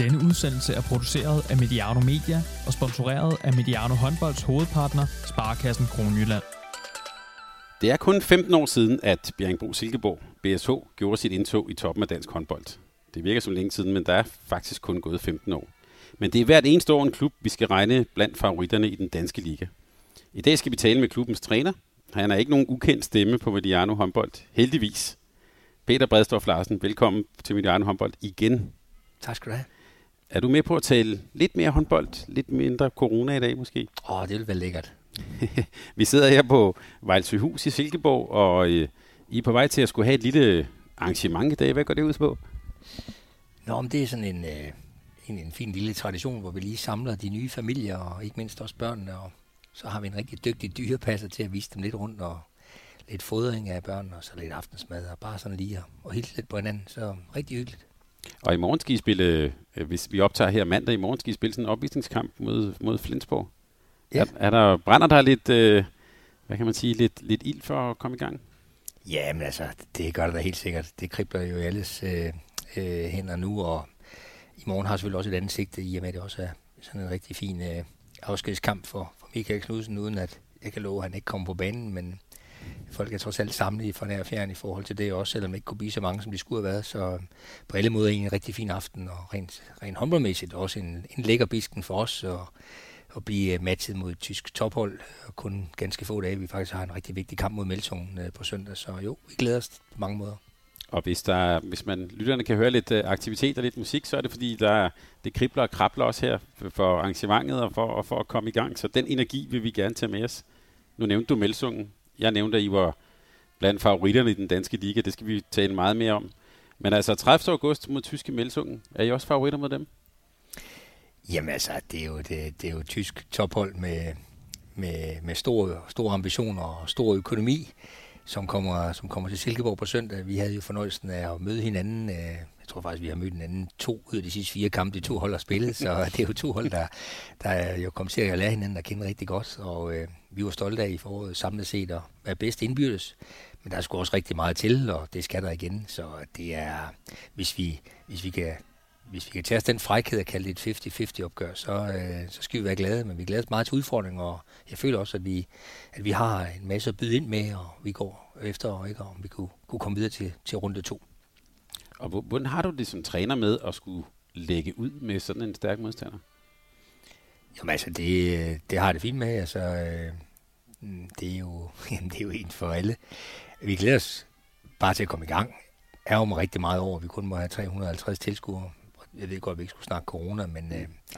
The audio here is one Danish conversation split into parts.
Denne udsendelse er produceret af Mediano Media og sponsoreret af Mediano Håndbolds hovedpartner, Sparekassen Kronjylland. Det er kun 15 år siden, at Bjerringbro-Silkeborg, BSH, gjorde sit indtog i toppen af dansk håndbold. Det virker som længe siden, men der er faktisk kun gået 15 år. Men det er hvert eneste år en klub, vi skal regne blandt favoritterne i den danske liga. I dag skal vi tale med klubbens træner. Han er ikke nogen ukendt stemme på Mediano Håndbold, heldigvis. Peter Bredsdorff Larsen, velkommen til Mediano Håndbold igen. Tak skal du have. Er du med på at tale lidt mere håndbold, lidt mindre corona i dag måske? Det vil være lækkert. Vi sidder her på Vejlsøhus i Silkeborg, og I er på vej til at skulle have et lille arrangement i dag. Hvad går det ud på? Men det er sådan en fin lille tradition, hvor vi lige samler de nye familier, og ikke mindst også børnene, og så har vi en rigtig dygtig dyrepasser til at vise dem lidt rundt, og lidt fodring af børnene, og så lidt aftensmad, og bare sådan lige at hilse lidt på hinanden, så rigtig hyggeligt. Og i morgen skal I spille, hvis vi optager her mandag, i morgen skal I spille sådan en opvisningskamp mod Flensborg. Ja. Brænder der lidt, hvad kan man sige, lidt ild for at komme i gang? Ja, men altså, det gør det da helt sikkert. Det kribler jo i alles hænder nu, og i morgen har selvfølgelig også et andet sigte, i og med det også er sådan en rigtig fin afskedskamp for Michael Knudsen, uden at jeg kan love, at han ikke kommer på banen, men folk er trods alt samlet fra nær og fjern i forhold til det også, selvom ikke kunne blive så mange, som de skulle have været. Så på alle måder en rigtig fin aften, og rent håndboldmæssigt også en lækker bisken for os, og at blive matchet mod et tysk tophold, og kun ganske få dage. Vi faktisk har en rigtig vigtig kamp mod Melsungen på søndag, så jo, vi glæder os på mange måder. Og hvis lytterne kan høre lidt aktivitet og lidt musik, så er det fordi, det kribler og krabler også her for arrangementet og for at komme i gang. Så den energi vil vi gerne tage med os. Nu nævnte du Melsungen. Jeg nævnte, at I var blandt favoritterne i den danske liga. Det skal vi tale meget mere om. Men altså 30. august mod tyske Melsungen. Er I også favoritter mod dem? Jamen altså, det er jo et tysk tophold med store ambitioner og stor økonomi, som kommer til Silkeborg på søndag. Vi havde jo fornøjelsen af at møde hinanden. Jeg tror faktisk, vi har mødt hinanden 2 ud af de sidste 4 kampe, de 2 hold har spillet. Så det er jo 2 hold, der er jo kommet til at lære hinanden at kende rigtig godt. Og vi var stolte af i foråret samlet set at være bedst indbyrdes. Men der er sgu også rigtig meget til, og det skal der igen. Så det er, hvis vi kan tage os den frækhed at kalde det et 50-50 opgør, så skal vi være glade. Men vi glæder os meget til udfordringen, og jeg føler også, at vi har en masse at byde ind med, og vi går efter, ikke, om vi kunne komme videre til runde 2. Og hvordan har du det som træner med at skulle lægge ud med sådan en stærk modstander? Jamen altså, det har det fint med. Altså, det er jo en for alle. Vi glæder os bare til at komme i gang. Er jo rigtig meget over, vi kun må have 350 tilskuere. Jeg ved godt, at vi ikke skulle snakke corona, men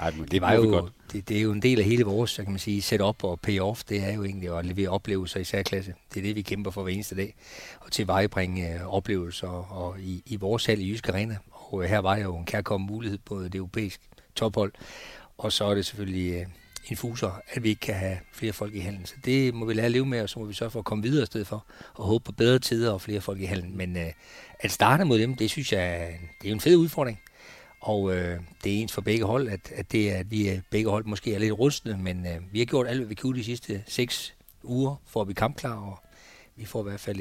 det er jo en del af hele vores, så kan man sige, setup og payoff. Det er jo egentlig at levere oplevelser i særklasse. Det er det, vi kæmper for hver eneste dag. Og til vejebringe oplevelser og i vores hal i Jysk Arena. Og her var jo en kærkommen mulighed på det europæiske tophold. Og så er det selvfølgelig en fuser, at vi ikke kan have flere folk i hallen. Så det må vi lære at leve med, og så må vi sørge for at komme videre i stedet for. Og håbe på bedre tider og flere folk i hallen. Men at starte mod dem, det synes jeg, det er en fed udfordring. Og det er ens for begge hold, at vi begge hold måske er lidt rustne, men vi har gjort alt, hvad vi kunne de sidste 6 uger, for at vi kampklar, og vi får i hvert fald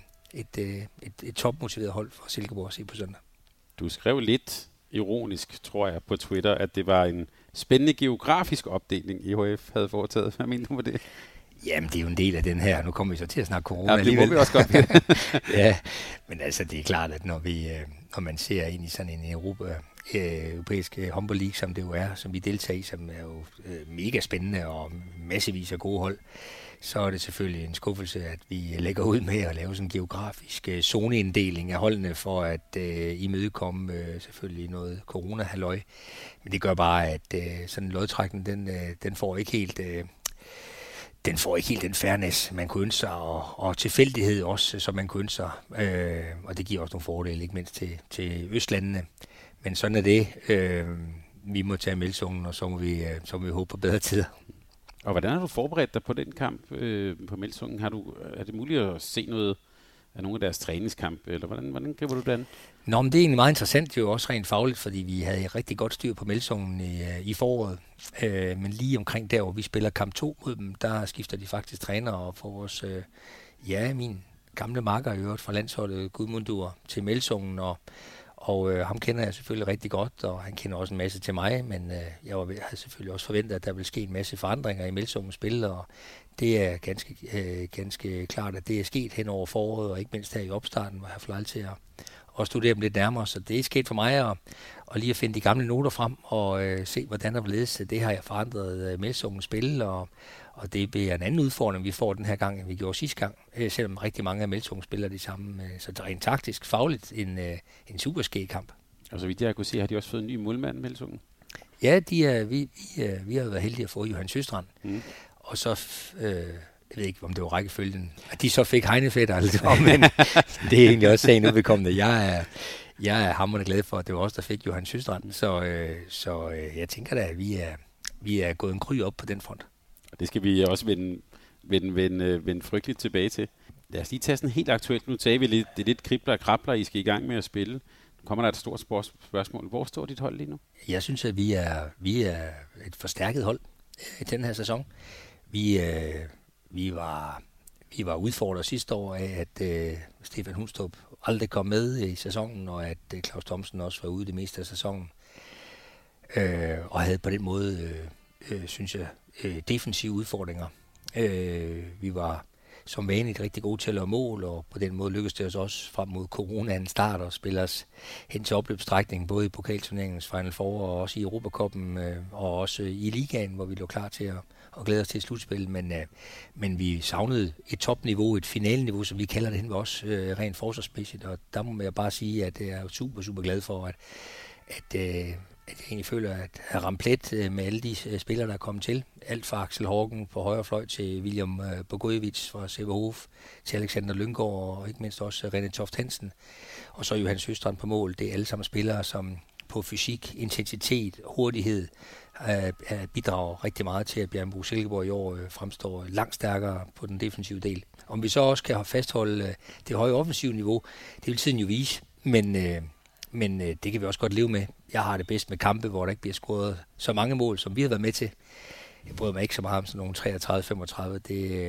et topmotiveret hold fra Silkeborg at se på søndag. Du skrev lidt ironisk, tror jeg, på Twitter, at det var en spændende geografisk opdeling, IHF havde foretaget. Hvad mener du med det? Jamen, det er jo en del af den her. Nu kommer vi så til at snakke corona. Ja, det må vi også godt. Ja, men altså, det er klart, at når man ser ind i sådan en europæisk håndbold league, som det jo er, som vi deltager i, som er jo mega spændende og massevis af gode hold, så er det selvfølgelig en skuffelse, at vi lægger ud med at lave sådan en geografisk zoneinddeling af holdene for at imødekomme selvfølgelig noget corona-halløj. Men det gør bare, at sådan en lodtrækning, den får ikke helt... Den får ikke helt den fairness, man kunne ønske sig, og tilfældighed også, som man kunne ønske sig. Og det giver også nogle fordele, ikke mindst til Østlandene. Men sådan er det. Vi må tage Melsungen, og så må vi håbe på bedre tider. Og hvordan har du forberedt dig på den kamp på Melsungen? Er det muligt at se noget af nogle af deres træningskamp, eller hvordan griber du den? Nå, men det er egentlig meget interessant, jo også rent fagligt, fordi vi havde rigtig godt styr på Melsungen i foråret. Men lige omkring der, hvor vi spiller kamp 2 mod dem, der skifter de faktisk træner, og får vores, min gamle makker i øvrigt fra landsholdet, Gudmundur, til Melsungen, Og ham kender jeg selvfølgelig rigtig godt, og han kender også en masse til mig, men jeg havde selvfølgelig også forventet, at der ville ske en masse forandringer i Melsungens spil, og det er ganske klart, at det er sket hen over foråret, og ikke mindst her i opstarten, hvor jeg har fået lejlighed til at studere dem lidt nærmere. Så det er sket for mig at lige at finde de gamle noter frem og se, hvordan der vil ledes. Det har jeg forandret Melsungens spil, og det bliver en anden udfordring, vi får den her gang, end vi gjorde sidste gang, selvom rigtig mange af Melsungens spiller de samme. Så det er rent taktisk, fagligt en super skæg kamp. Og så vidt jeg kunne se, har de også fået en ny målmand, Melsungen? Ja, vi har været heldige at få Johan Søstrand. Og så, jeg ved ikke, om det var rækkefølgen, at de så fik Heinefetter, men det er egentlig også sagen udbekommende. Jeg er hamrende glad for, at det var os, der fik Johan Søstrand. Så jeg tænker da, at vi er gået en kry op på den front. Det skal vi også vende frygteligt tilbage til. Lad os lige tage sådan helt aktuelt. Nu tager vi lidt kribler og krabler, I skal i gang med at spille. Nu kommer der et stort spørgsmål. Hvor står dit hold lige nu? Jeg synes, at vi er et forstærket hold i den her sæson. Vi var udfordret sidste år af, at Stefan Hundstrup aldrig kom med i sæsonen, og at Claus Thomsen også var ude det meste af sæsonen. Og havde på den måde, synes jeg, defensive udfordringer. Vi var som vanligt rigtig gode til at lave mål, og på den måde lykkedes det os også frem mod coronaen start og spille os hen til opløbsstrækningen, både i pokalturneringens Final Four og også i Europacupen og også i ligaen, hvor vi lå klar til at glæde os til et slutspil. Men vi savnede et topniveau, et finaleniveau, som vi kalder det hen ved os, rent forsvarsmæssigt, og der må jeg bare sige, at jeg er super, super glad for, at jeg egentlig føler, at jeg ramt plet med alle de spillere, der er kommet til. Alt fra Axel Horgen på højre fløj til William Bogojevic fra Severhof, til Alexander Lynggaard og ikke mindst også René Toft Hansen. Og så Johan Søstrand på mål. Det er alle sammen spillere, som på fysik, intensitet, hurtighed bidrager rigtig meget til, at Bjerringbro Silkeborg i år fremstår langt stærkere på den defensive del. Om vi så også kan fastholde det høje offensive niveau, det vil tiden jo vise, men det kan vi også godt leve med. Jeg har det bedst med kampe, hvor der ikke bliver scoret så mange mål, som vi har været med til. Jeg bryder mig ikke så meget om sådan nogle 33-35.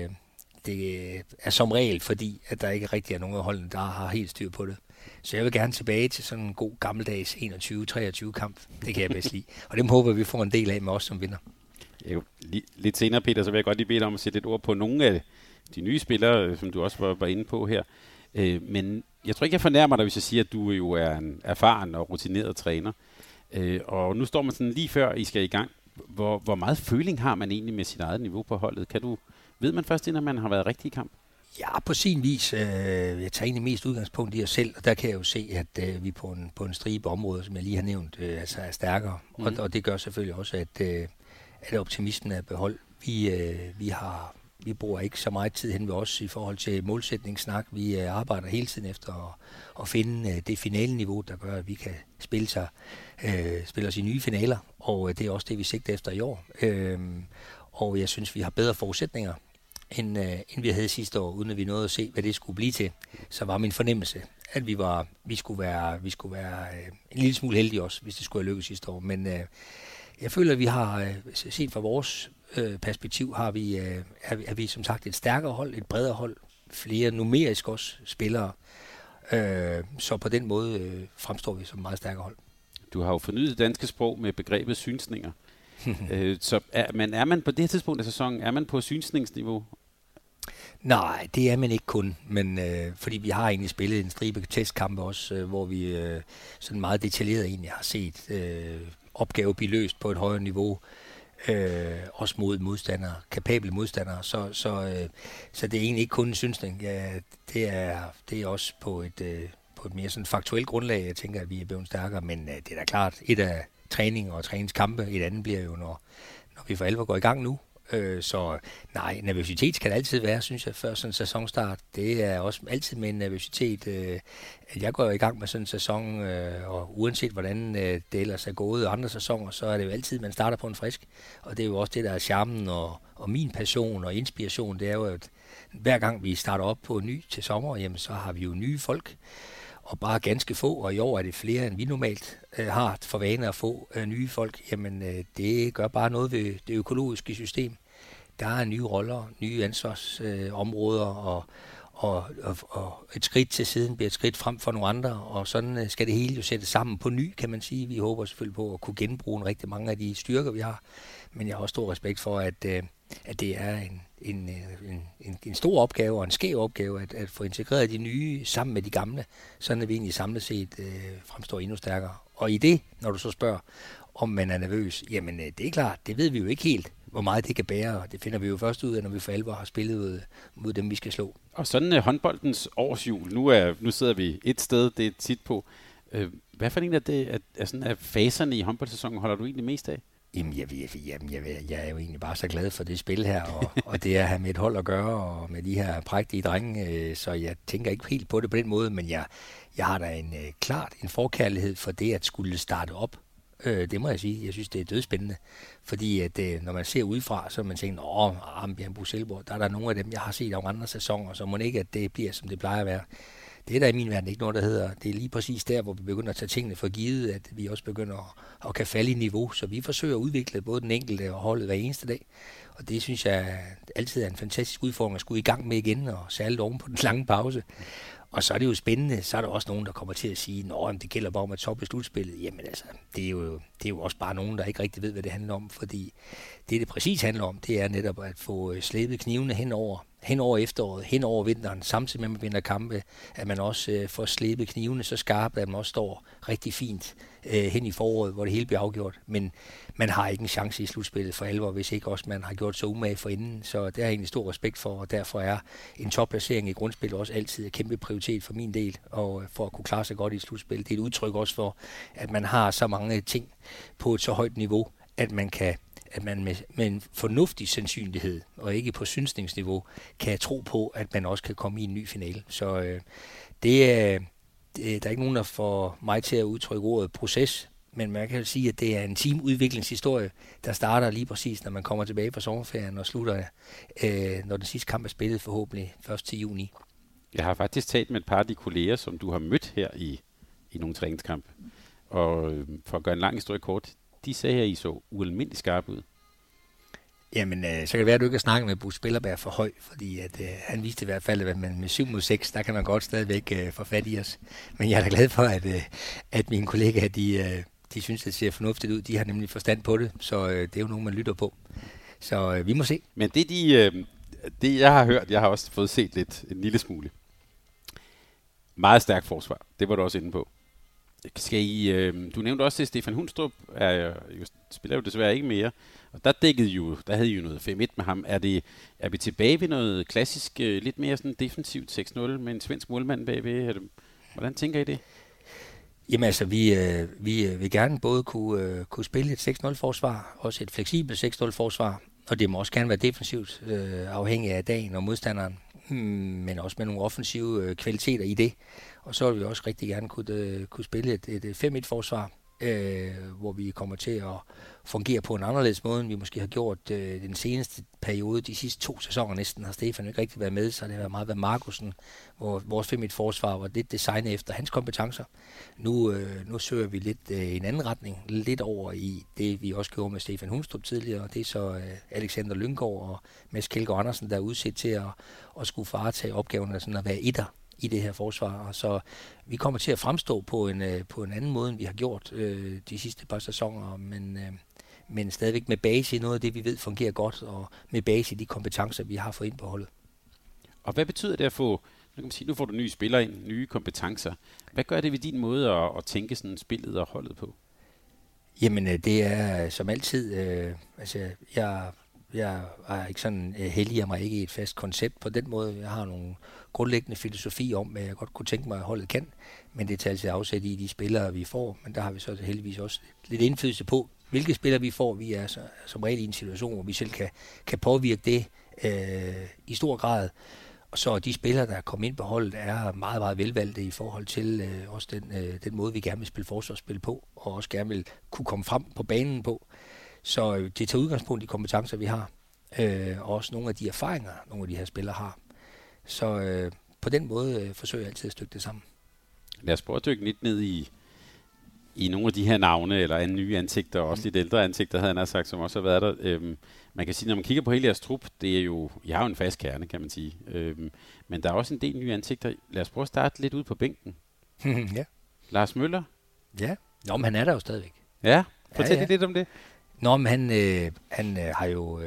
Det er som regel, fordi at der ikke rigtig er nogen af holdene, der har helt styr på det. Så jeg vil gerne tilbage til sådan en god gammeldags 21-23 kamp. Det kan jeg bedst lide. Og dem håber vi får en del af med os som vinder. Lidt senere, Peter, så vil jeg godt lige bede dig om at sætte lidt ord på nogle af de nye spillere, som du også var inde på her. Men jeg tror ikke, jeg fornærmer dig, hvis jeg siger, at du jo er en erfaren og rutineret træner. Og nu står man sådan lige før, I skal i gang. Hvor meget føling har man egentlig med sit eget niveau på holdet? Ved man først, når man har været rigtig i kamp? Ja, på sin vis. Jeg tager egentlig mest udgangspunkt i os selv, og der kan jeg jo se, at vi på en stribe områder, som jeg lige har nævnt, altså er stærkere. Og det gør selvfølgelig også, at optimismen er beholdt. Vi bruger ikke så meget tid hen ved os i forhold til målsætningssnak. Vi arbejder hele tiden efter at finde det finaleniveau, der gør, at vi kan spille os i nye finaler. Og det er også det, vi sigter efter i år. Og jeg synes, vi har bedre forudsætninger, end vi havde sidste år, uden at vi nåede at se, hvad det skulle blive til. Så var min fornemmelse, at vi skulle være en lille smule heldige også, hvis det skulle have lykkes sidste år. Men jeg føler, at vi har set fra vores perspektiv, er vi som sagt et stærkere hold, et bredere hold, flere numerisk også spillere. Så på den måde fremstår vi som et meget stærkere hold. Du har jo fornyet det danske sprog med begrebet synsninger. Så er man på det her tidspunkt af sæsonen, er man på synsningsniveau? Nej, det er man ikke kun, men fordi vi har egentlig spillet en stribe testkampe også, hvor vi sådan meget detaljeret egentlig har set opgaver blive løst på et højere niveau, også mod modstandere, kapable modstandere, så det er egentlig ikke kun en synsning. Ja, det er også på et mere sådan faktuelt grundlag. Jeg tænker, at vi er blevet stærkere, men det er da klart, et af træning og træningskampe, et andet bliver jo, når vi for alvor går i gang nu. Så nej, nervøsitet skal det altid være, synes jeg, før sådan en sæsonstart. Det er også altid med en nervøsitet, at jeg går i gang med sådan en sæson, og uanset hvordan det ellers er gået i andre sæsoner, så er det jo altid, man starter på en frisk. Og det er jo også det, der er charmen og min passion og inspiration. Det er jo, at hver gang vi starter op på ny til sommer, jamen, så har vi jo nye folk. Og bare ganske få, og i år er det flere, end vi normalt har for vane at få nye folk. Jamen, det gør bare noget ved det økologiske system. Der er nye roller, nye ansvarsområder, og et skridt til siden bliver et skridt frem for nogle andre, og sådan skal det hele jo sættes sammen på ny, kan man sige. Vi håber selvfølgelig på at kunne genbruge rigtig mange af de styrker, vi har, men jeg har også stor respekt for, at det er en stor opgave og en skæv opgave at få integreret de nye sammen med de gamle, sådan at vi egentlig samlet set fremstår endnu stærkere. Og i det, når du så spørger, om man er nervøs, jamen det er klart, det ved vi jo ikke helt, hvor meget det kan bære, og det finder vi jo først ud af, når vi for alvor har spillet mod dem, vi skal slå. Og sådan håndboldens årsjul, nu sidder vi et sted, det er tit på. Hvad for en af det af faserne i håndboldsæsonen holder du egentlig mest af? Jamen, jeg er jo egentlig bare så glad for det spil her, og det er at have med et hold at gøre, og med de her prægtige drenge, så jeg tænker ikke helt på det på den måde, men jeg har da klart en forkærlighed for det at skulle starte op. Det må jeg sige. Jeg synes, det er dødspændende, fordi at, når man ser udefra, så man tænker, Bjerringbro Silkeborg, der er der nogle af dem, jeg har set af andre sæsoner, så må ikke, at det bliver, som det plejer at være. Det er der i min verden ikke noget, der hedder. Det er lige præcis der, hvor vi begynder at tage tingene for givet, at vi også begynder at kan falde i niveau. Så vi forsøger at udvikle både den enkelte og holdet hver eneste dag. Og det synes jeg altid er en fantastisk udfordring at skulle i gang med igen, og særligt oven på den lange pause. Og så er det jo spændende, så er der også nogen, der kommer til at sige, at det gælder bare om at toppe slutspillet. Jamen altså, det er jo også bare nogen, der ikke rigtig ved, hvad det handler om, fordi det præcis handler om, det er netop at få slæbet knivene hen over efteråret, hen over vinteren, samtidig med at man vinder kampe, at man også får slæbet knivene så skarpt, at man også står rigtig fint hen i foråret, hvor det hele bliver afgjort. Men man har ikke en chance i slutspillet for alvor, hvis ikke også man har gjort så umage for inden. Så det har jeg egentlig stor respekt for, og derfor er en topplacering i grundspillet også altid en kæmpe prioritet for min del, og for at kunne klare sig godt i slutspillet. Det er et udtryk også for, at man har så mange ting på et så højt niveau, at man med en fornuftig sandsynlighed, og ikke på synsningsniveau, kan tro på, at man også kan komme i en ny finale. Så der er ikke nogen, der får mig til at udtrykke ordet proces, men man kan jo sige, at det er en teamudviklingshistorie, der starter lige præcis, når man kommer tilbage fra sommerferien og slutter, når den sidste kamp er spillet forhåbentlig først til juni. Jeg har faktisk talt med et par af de kolleger, som du har mødt her i nogle træningskamp. Og for at gøre en lang historie kort, de sagde, at I så ualmindeligt skarpe ud. Jamen, så kan det være, at du ikke har snakket med Bo Spillerberg for høj, fordi at, han viste i hvert fald, at med 7-6, der kan man godt stadigvæk få fat i os. Men jeg er da glad for, at mine kollegaer, de synes, det ser fornuftigt ud. De har nemlig forstand på det, så det er jo nogen, man lytter på. Så vi må se. Men det jeg har hørt, jeg har også fået set en lille smule. Meget stærkt forsvar, det var du også inde på. Du nævnte også, at Stefan Hundstrup spiller jo desværre ikke mere, og der havde I jo noget 5-1 med ham. Er vi tilbage ved noget klassisk, lidt mere sådan defensivt 6-0 med en svensk målmand bagved? Hvordan tænker I det? Jamen altså, vi vil gerne både kunne spille et 6-0-forsvar, også et fleksibelt 6-0-forsvar, og det må også gerne være defensivt, afhængig af dagen og modstanderen, men også med nogle offensive kvaliteter i det. Og så vil vi også rigtig gerne kunne spille et 5-1-forsvar, hvor vi kommer til at fungere på en anderledes måde, end vi måske har gjort den seneste periode. De sidste 2 sæsoner næsten har Stefan ikke rigtig været med, så det har meget været Markusen, hvor vores 5-1-forsvar var lidt designet efter hans kompetencer. Nu søger vi lidt en anden retning, lidt over i det, vi også gjorde med Stefan Hundstrup tidligere, og det er så Alexander Lynggaard og Mads Kjeldgaard Andersen, der er udsat til at skulle varetage opgaverne sådan at være etter i det her forsvar. Så vi kommer til at fremstå på en anden måde, end vi har gjort de sidste par sæsoner, men stadigvæk med base i noget af det, vi ved fungerer godt, og med base i de kompetencer, vi har fået ind på holdet. Og hvad betyder det at få, nu får du nye spillere ind, nye kompetencer. Hvad gør det ved din måde at tænke sådan spillet og holdet på? Jamen, det er som altid, jeg er ikke sådan heldig af mig ikke i et fast koncept på den måde. Jeg har nogle grundlæggende filosofi om, hvad jeg godt kunne tænke mig, at holdet kan, men det tager altså afsæt i de spillere, vi får, men der har vi så heldigvis også lidt indflydelse på, hvilke spillere vi får. Vi er som regel i en situation, hvor vi selv kan påvirke det i stor grad. Og så de spillere, der er kommet ind på holdet, er meget, meget velvalgte i forhold til også den måde, vi gerne vil spille forsvarsspil på, og også gerne vil kunne komme frem på banen på. Så det tager udgangspunkt i de kompetencer, vi har, og også nogle af de erfaringer, nogle af de her spillere har. Så på den måde forsøger jeg altid at stykke det sammen. Lad os prøve at dykke lidt ned i nogle af de her navne, eller nye ansigter, og også lidt ældre ansigter, havde han sagt, som også har været der. Man kan sige, når man kigger på hele jeres trup, det er jo, jeg har jo en fast kerne, kan man sige. Men der er også en del nye ansigter. Lad os prøve at starte lidt ud på bænken. Ja. Lars Møller. Ja. Nå, men han er der jo stadigvæk. Ja, fortæl lidt om det. Nå, men han har jo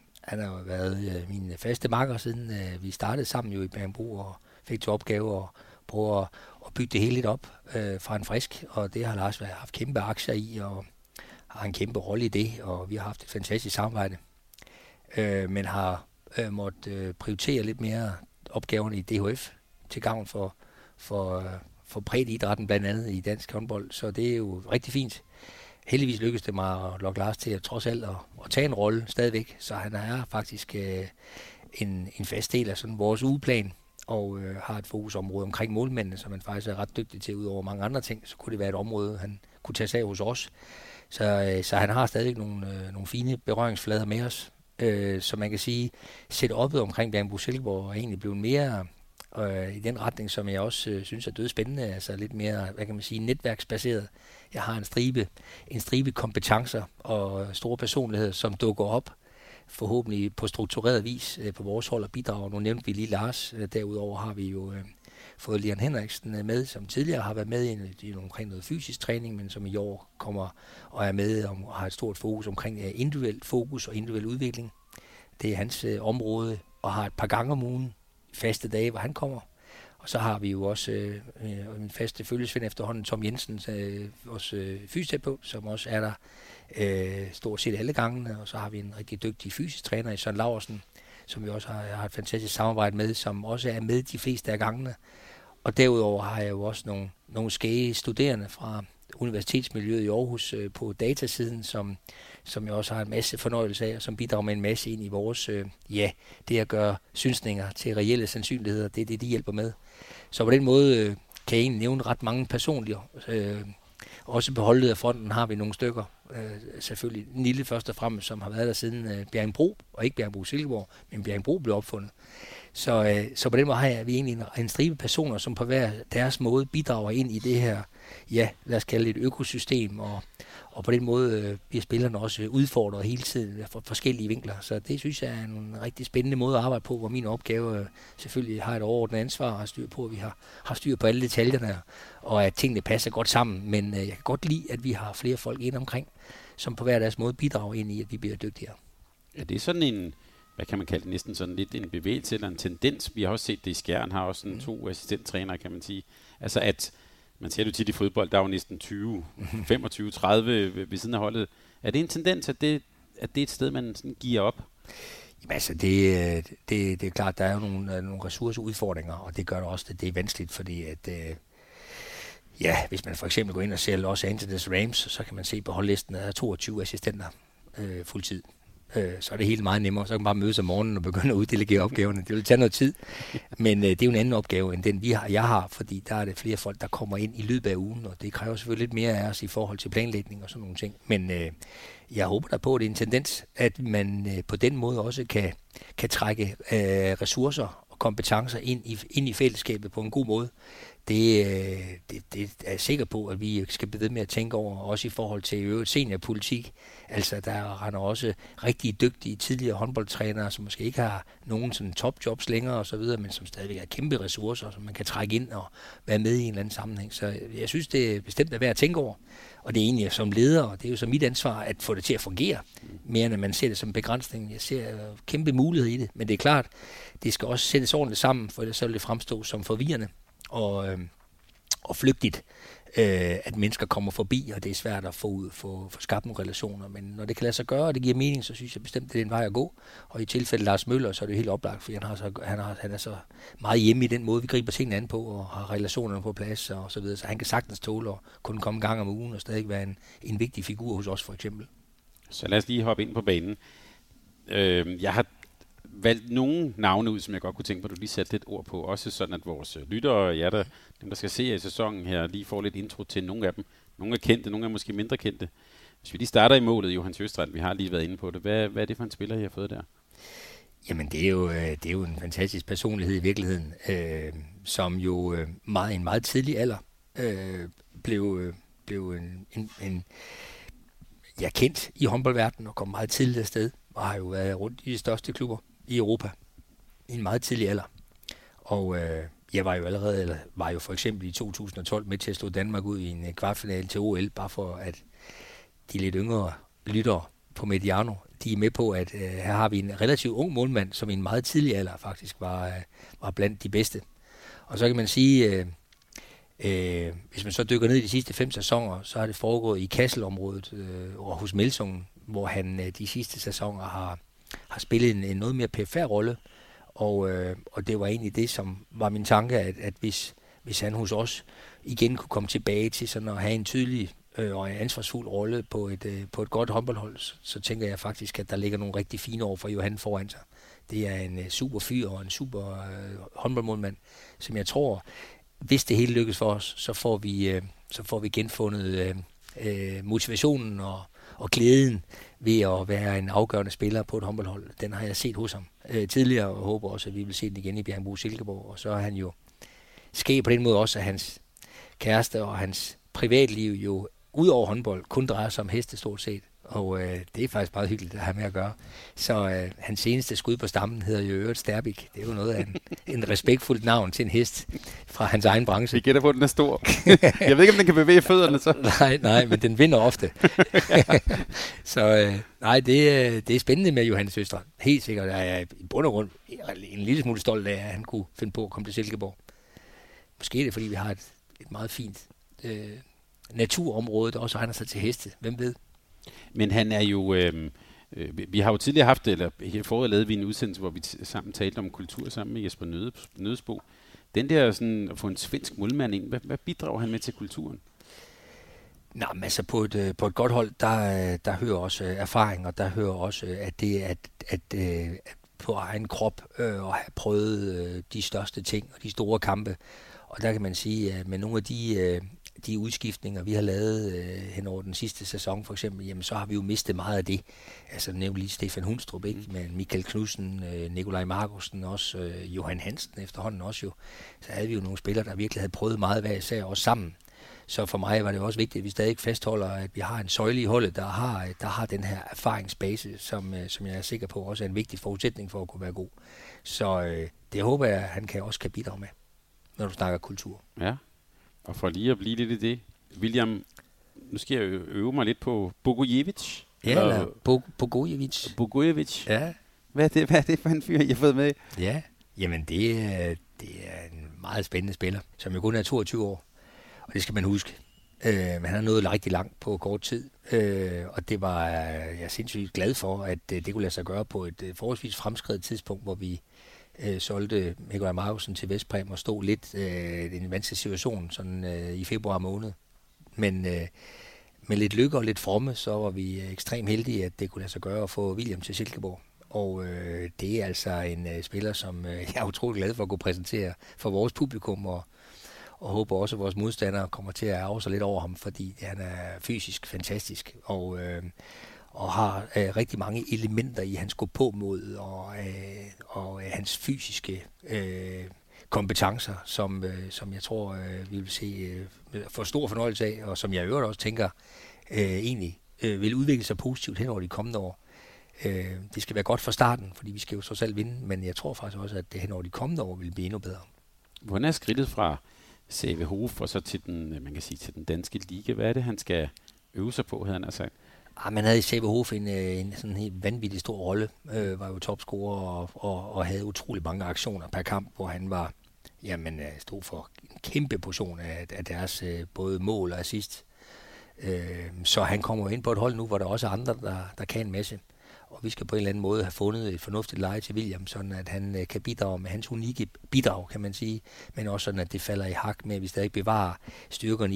været min faste makker, siden vi startede sammen jo i Bjerringbro, og fik til opgave at prøve at bygge det hele lidt op fra en frisk, og det har Lars haft kæmpe aktier i, og har en kæmpe rolle i det, og vi har haft et fantastisk samarbejde, men har måttet prioritere lidt mere opgaverne i DHF til gavn for breddeidrætten blandt andet i dansk håndbold, så det er jo rigtig fint. Heldigvis lykkedes det mig at lokke Lars til at trods alt at tage en rolle stadigvæk, så han er faktisk en fast del af sådan vores ugeplan, og har et fokusområde omkring målmændene, som man faktisk er ret dygtig til. Udover mange andre ting, så kunne det være et område, han kunne tage sig af hos os. Så han har stadig nogle fine berøringsflader med os. Så man kan sige, setup'et omkring Bjerringbro-Silkeborg er egentlig blevet mere i den retning, som jeg også synes er dødspændende, altså lidt mere, hvad kan man sige, netværksbaseret. Jeg har en stribe kompetencer og store personligheder, som dukker op, forhåbentlig på struktureret vis på vores hold og bidrager. Nu nævnte vi lige Lars. Derudover har vi jo fået Lian Henriksen med, som tidligere har været med i omkring noget fysisk træning, men som i år kommer og er med og har et stort fokus omkring individuelt fokus og individuel udvikling. Det er hans område, og har et par gange om ugen faste dage, hvor han kommer. Og så har vi jo også en faste følgesvend efterhånden, Tom Jensen, vores fysioterapeut, som også er der stort set alle gangene. Og så har vi en rigtig dygtig fysisk træner i Søren Laursen, som vi også har et fantastisk samarbejde med, som også er med de fleste af gangene. Og derudover har jeg jo også nogle skæge studerende fra universitetsmiljøet i Aarhus på datasiden, som jeg også har en masse fornøjelse af, og som bidrager med en masse ind i vores, det at gøre synsninger til reelle sandsynligheder, det er det, de hjælper med. Så på den måde kan jeg egentlig nævne ret mange personlige. Også på holdet af fronten har vi nogle stykker. Selvfølgelig Nille først og fremmest, som har været der siden Bjerringbro, og ikke Bjerringbro-Silkeborg, men Bjerringbro blev opfundet. Så på den måde har vi egentlig en stribe personer, som på hver deres måde bidrager ind i det her, lad os kalde det et økosystem, og på den måde bliver spillerne også udfordret hele tiden fra forskellige vinkler. Så det synes jeg er en rigtig spændende måde at arbejde på, hvor min opgave selvfølgelig har et overordnet ansvar og har styr på, at vi har styr på alle detaljerne, og at tingene passer godt sammen. Men jeg kan godt lide, at vi har flere folk ind omkring, som på hver deres måde bidrager ind i, at vi bliver dygtigere. Ja, det er sådan en, hvad kan man kalde det, næsten sådan lidt en bevægelse eller en tendens. Vi har også set det i Skjern, har også sådan 2 assistenttrænere, kan man sige. Altså at man ser det tit i fodbold, der er jo næsten 20, 25, 30 ved siden af holdet. Er det en tendens, at det er et sted, man sådan giver op? Jamen altså, det er klart, der er jo nogle ressourceudfordringer, og det gør det også, at det er vanskeligt, fordi at, hvis man for eksempel går ind og ser Los Angeles Rams, så kan man se på holdlisten, at der er 22 assistenter fuldtid. Så er det helt meget nemmere. Så kan man bare mødes om morgenen og begynde at uddelegere opgaverne. Det vil tage noget tid, men det er jo en anden opgave, end den jeg har, fordi der er det flere folk, der kommer ind i løbet af ugen, og det kræver selvfølgelig lidt mere af os i forhold til planlægning og sådan nogle ting. Men jeg håber da på, at det er en tendens, at man på den måde også kan trække ressourcer og kompetencer ind i fællesskabet på en god måde. Det er jeg sikker på, at vi skal blive ved med at tænke over, også i forhold til øvrigt seniorpolitik. Altså, der render også rigtig dygtige tidligere håndboldtrænere, som måske ikke har nogen sådan topjobs længere og så videre, men som stadigvæk har kæmpe ressourcer, som man kan trække ind og være med i en eller anden sammenhæng. Så jeg synes, det er bestemt at være at tænke over. Og det er egentlig som leder, og det er jo så mit ansvar at få det til at fungere, mere end at man ser det som begrænsning. Jeg ser kæmpe mulighed i det, men det er klart, det skal også sættes ordentligt sammen, for så vil det fremstå som forvirrende og flygtigt, at mennesker kommer forbi, og det er svært at få skabt nogle relationer. Men når det kan lade sig gøre, og det giver mening, så synes jeg bestemt, det er en vej at gå. Og i tilfælde Lars Møller, så er det helt oplagt, fordi han er så meget hjemme i den måde, vi griber tingene an på, og har relationerne på plads, og så videre. Så han kan sagtens tåle at kunne komme en gang om ugen, og stadig være en vigtig figur hos os, for eksempel. Så lad os lige hoppe ind på banen. Jeg har valgt nogle navne ud, som jeg godt kunne tænke på, at du lige satte lidt ord på. Også sådan, at vores lyttere, dem der skal se i sæsonen her, lige får lidt intro til nogle af dem. Nogle er kendte, nogle er måske mindre kendte. Hvis vi lige starter i målet, Johan Sjöstrand, vi har lige været inde på det. Hvad er det for en spiller, I har fået der? Jamen, det er jo en fantastisk personlighed i virkeligheden, som jo i en meget tidlig alder blev blev kendt i håndboldverdenen og kom meget tidligt afsted, og har jo været rundt i de største klubber i Europa i en meget tidlig alder. Og jeg var jo for eksempel i 2012 med til at slå Danmark ud i en kvartfinale til OL, bare for at de lidt yngre lyttere på Mediano, de er med på, at her har vi en relativt ung målmand, som i en meget tidlig alder faktisk var blandt de bedste. Og så kan man sige, hvis man så dykker ned i de sidste 5 sæsoner, så har det foregået i Kasselområdet og hos Melsungen, hvor han de sidste sæsoner har spillet en noget mere perifær rolle. Og det var egentlig det, som var min tanke, at hvis han hos os igen kunne komme tilbage til sådan at have en tydelig og en ansvarsfuld rolle på et godt håndboldhold, så tænker jeg faktisk, at der ligger nogle rigtig fine år for Johan foran sig. Det er en super fyr og en super håndboldmålmand, som jeg tror, hvis det hele lykkes for os, så får vi genfundet motivationen og glæden ved at være en afgørende spiller på et håndboldhold. Den har jeg set hos ham tidligere, og håber også, at vi vil se den igen i Bjerringbro Silkeborg. Og så er han jo sker på den måde også, at hans kæreste og hans privatliv jo ud over håndbold kun drejer sig om heste stort set. Og det er faktisk meget hyggeligt at have med at gøre. Så hans seneste skud på stammen hedder jo Øret Sterbik. Det er jo noget af en respektfuldt navn til en hest fra hans egen branche. Vi gætter på, at den er stor. Jeg ved ikke, om den kan bevæge fødderne så. Nej, men den vinder ofte. Så det er spændende med Johannes Østrand. Helt sikkert. Jeg er i bund og grund en lille smule stolt af, at han kunne finde på at komme til Silkeborg. Måske er det, fordi vi har et meget fint naturområde, der også egner sig til heste. Hvem ved? Men han er jo... vi har jo tidligere haft, eller her foråret lavede vi en udsendelse, hvor vi sammen talte om kultur sammen med Jesper Nødesbo. Den der sådan, at få en svensk målmand ind, hvad bidrager han med til kulturen? Nå, men altså på et godt hold, der hører også erfaring, og der hører også, at det at på egen krop og have prøvet de største ting og de store kampe. Og der kan man sige, at med nogle af de udskiftninger, vi har lavet hen over den sidste sæson for eksempel, jamen så har vi jo mistet meget af det. Altså nævnt lige Stefan Hundstrup, ikke? Med Michael Knudsen, Nikolaj Markusen, også Johan Hansen efterhånden også jo. Så havde vi jo nogle spillere, der virkelig havde prøvet meget hver især også sammen. Så for mig var det også vigtigt, at vi stadig fastholder, at vi har en søjle i holdet, der har den her erfaringsbase, som jeg er sikker på også er en vigtig forudsætning for at kunne være god. Så det håber jeg, at han også kan bidrage med, når du snakker kultur. Ja. Og for lige at blive lidt i det, William, nu skal jeg øve mig lidt på Bogojevic. Ja, eller Bogojevic. Bogojevic. Ja. Hvad er det for en fyr, jeg har fået med? Ja, jamen det er en meget spændende spiller, som jo kun er 22 år. Og det skal man huske. Men han har nået rigtig langt på kort tid. Og det var jeg sindssygt glad for, at det kunne lade sig gøre på et forholdsvis fremskredet tidspunkt, hvor vi solgte Nikolaj Markusen til Vestpræm og stod lidt i en vanskelig situation sådan, i februar måned. Men med lidt lykke og lidt fromme, så var vi ekstremt heldige, at det kunne lade sig gøre at få William til Silkeborg. Og det er altså en spiller, som jeg er utrolig glad for at kunne præsentere for vores publikum, og håber også, at vores modstandere kommer til at ærge sig lidt over ham, fordi han er fysisk fantastisk, og har rigtig mange elementer i hans gå-på-mod og hans fysiske kompetencer, som jeg tror, vi vil se for stor fornøjelse af, og som jeg i øvrigt også tænker egentlig vil udvikle sig positivt hen over de kommende år. Det skal være godt fra starten, fordi vi skal jo så selv vinde, men jeg tror faktisk også, at det hen over de kommende år vil blive endnu bedre. Hvordan er skridtet fra CVH og så til den danske liga? Hvad er det, han skal øve sig på, havde han sagt? Man havde i CVH en sådan helt vanvittig stor rolle, var jo topscorer og havde utrolig mange aktioner per kamp, hvor han var, stod for en kæmpe portion af deres både mål og assist. Så han kommer ind på et hold nu, hvor der også er andre, der kan en masse. Og vi skal på en eller anden måde have fundet et fornuftigt leje til William, sådan at han kan bidrage med hans unikke bidrag, kan man sige, men også sådan, at det falder i hak med, at vi stadig bevarer styrkerne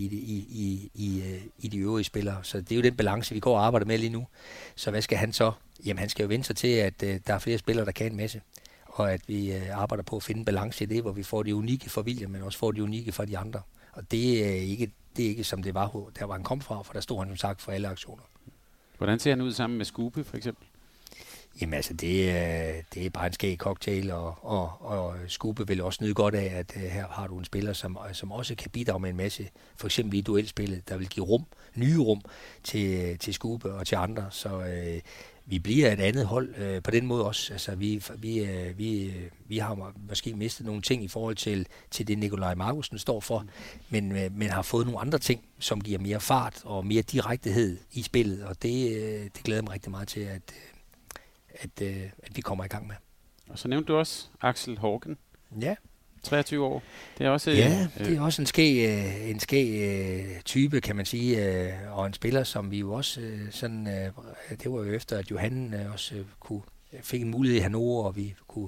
i de øvrige spillere. Så det er jo den balance, vi går og arbejder med lige nu. Så hvad skal han så? Jamen, han skal jo vende sig til, at der er flere spillere, der kan en masse, og at vi arbejder på at finde balance i det, hvor vi får det unikke for William, men også får det unikke for de andre. Og det er ikke som det var, der var han kom fra, for der stod han som sagt for alle aktioner. Hvordan ser han ud sammen med Skube, for eksempel? Jamen altså, det er bare en skæg cocktail, og Skube vil også nyde godt af, at her har du en spiller, som også kan bidrage med en masse, for eksempel i duelspillet, der vil give nye rum til Skube og til andre, så vi bliver et andet hold på den måde også. Altså, vi har måske mistet nogle ting i forhold til det, Nikolaj Markusen står for, men har fået nogle andre ting, som giver mere fart og mere direktehed i spillet, og det glæder mig rigtig meget til, at vi kommer i gang med. Og så nævnte du også Axel Horgen. Ja. 23 år. Det er også det er også en skæg type, kan man sige, og en spiller, som vi jo også det var jo efter, at Johan også fik en mulighed i Hannover, og vi kunne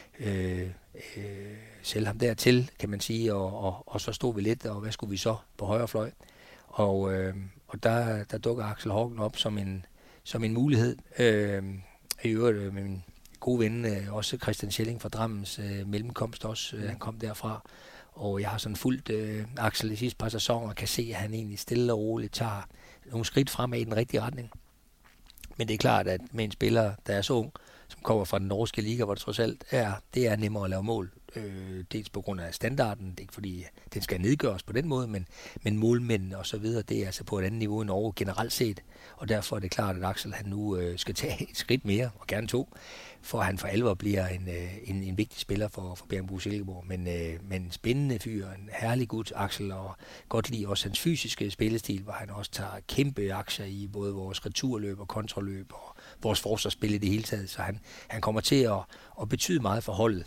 sælge ham dertil, kan man sige, og så stod vi lidt, og hvad skulle vi så på højre fløj? Og der dukker Axel Horgen op som en mulighed. I øvrigt med min gode ven, også Christian Schelling fra Drammens mellemkomst også, han kom derfra, og jeg har sådan fulgt Axel de sidste par sæsoner, og kan se, at han egentlig stille og roligt tager nogle skridt fremad i den rigtige retning. Men det er klart, at med en spiller, der er så ung, som kommer fra den norske liga, hvor det trods alt det er nemmere at lave mål. Dels på grund af standarden, det er ikke fordi, den skal nedgøres på den måde, men målmændene og så videre, det er altså på et andet niveau i Norge generelt set, og derfor er det klart, at Axel han nu skal tage et skridt mere, og gerne 2, for at han for alvor bliver en vigtig spiller for Bjerringbro Silkeborg. Men spændende fyr, en herlig gut, Axel, og godt lide også hans fysiske spillestil, hvor han også tager kæmpe aktier i både vores returløb og kontraløb og vores forsvarsspil i det hele taget, så han kommer til at betyde meget for holdet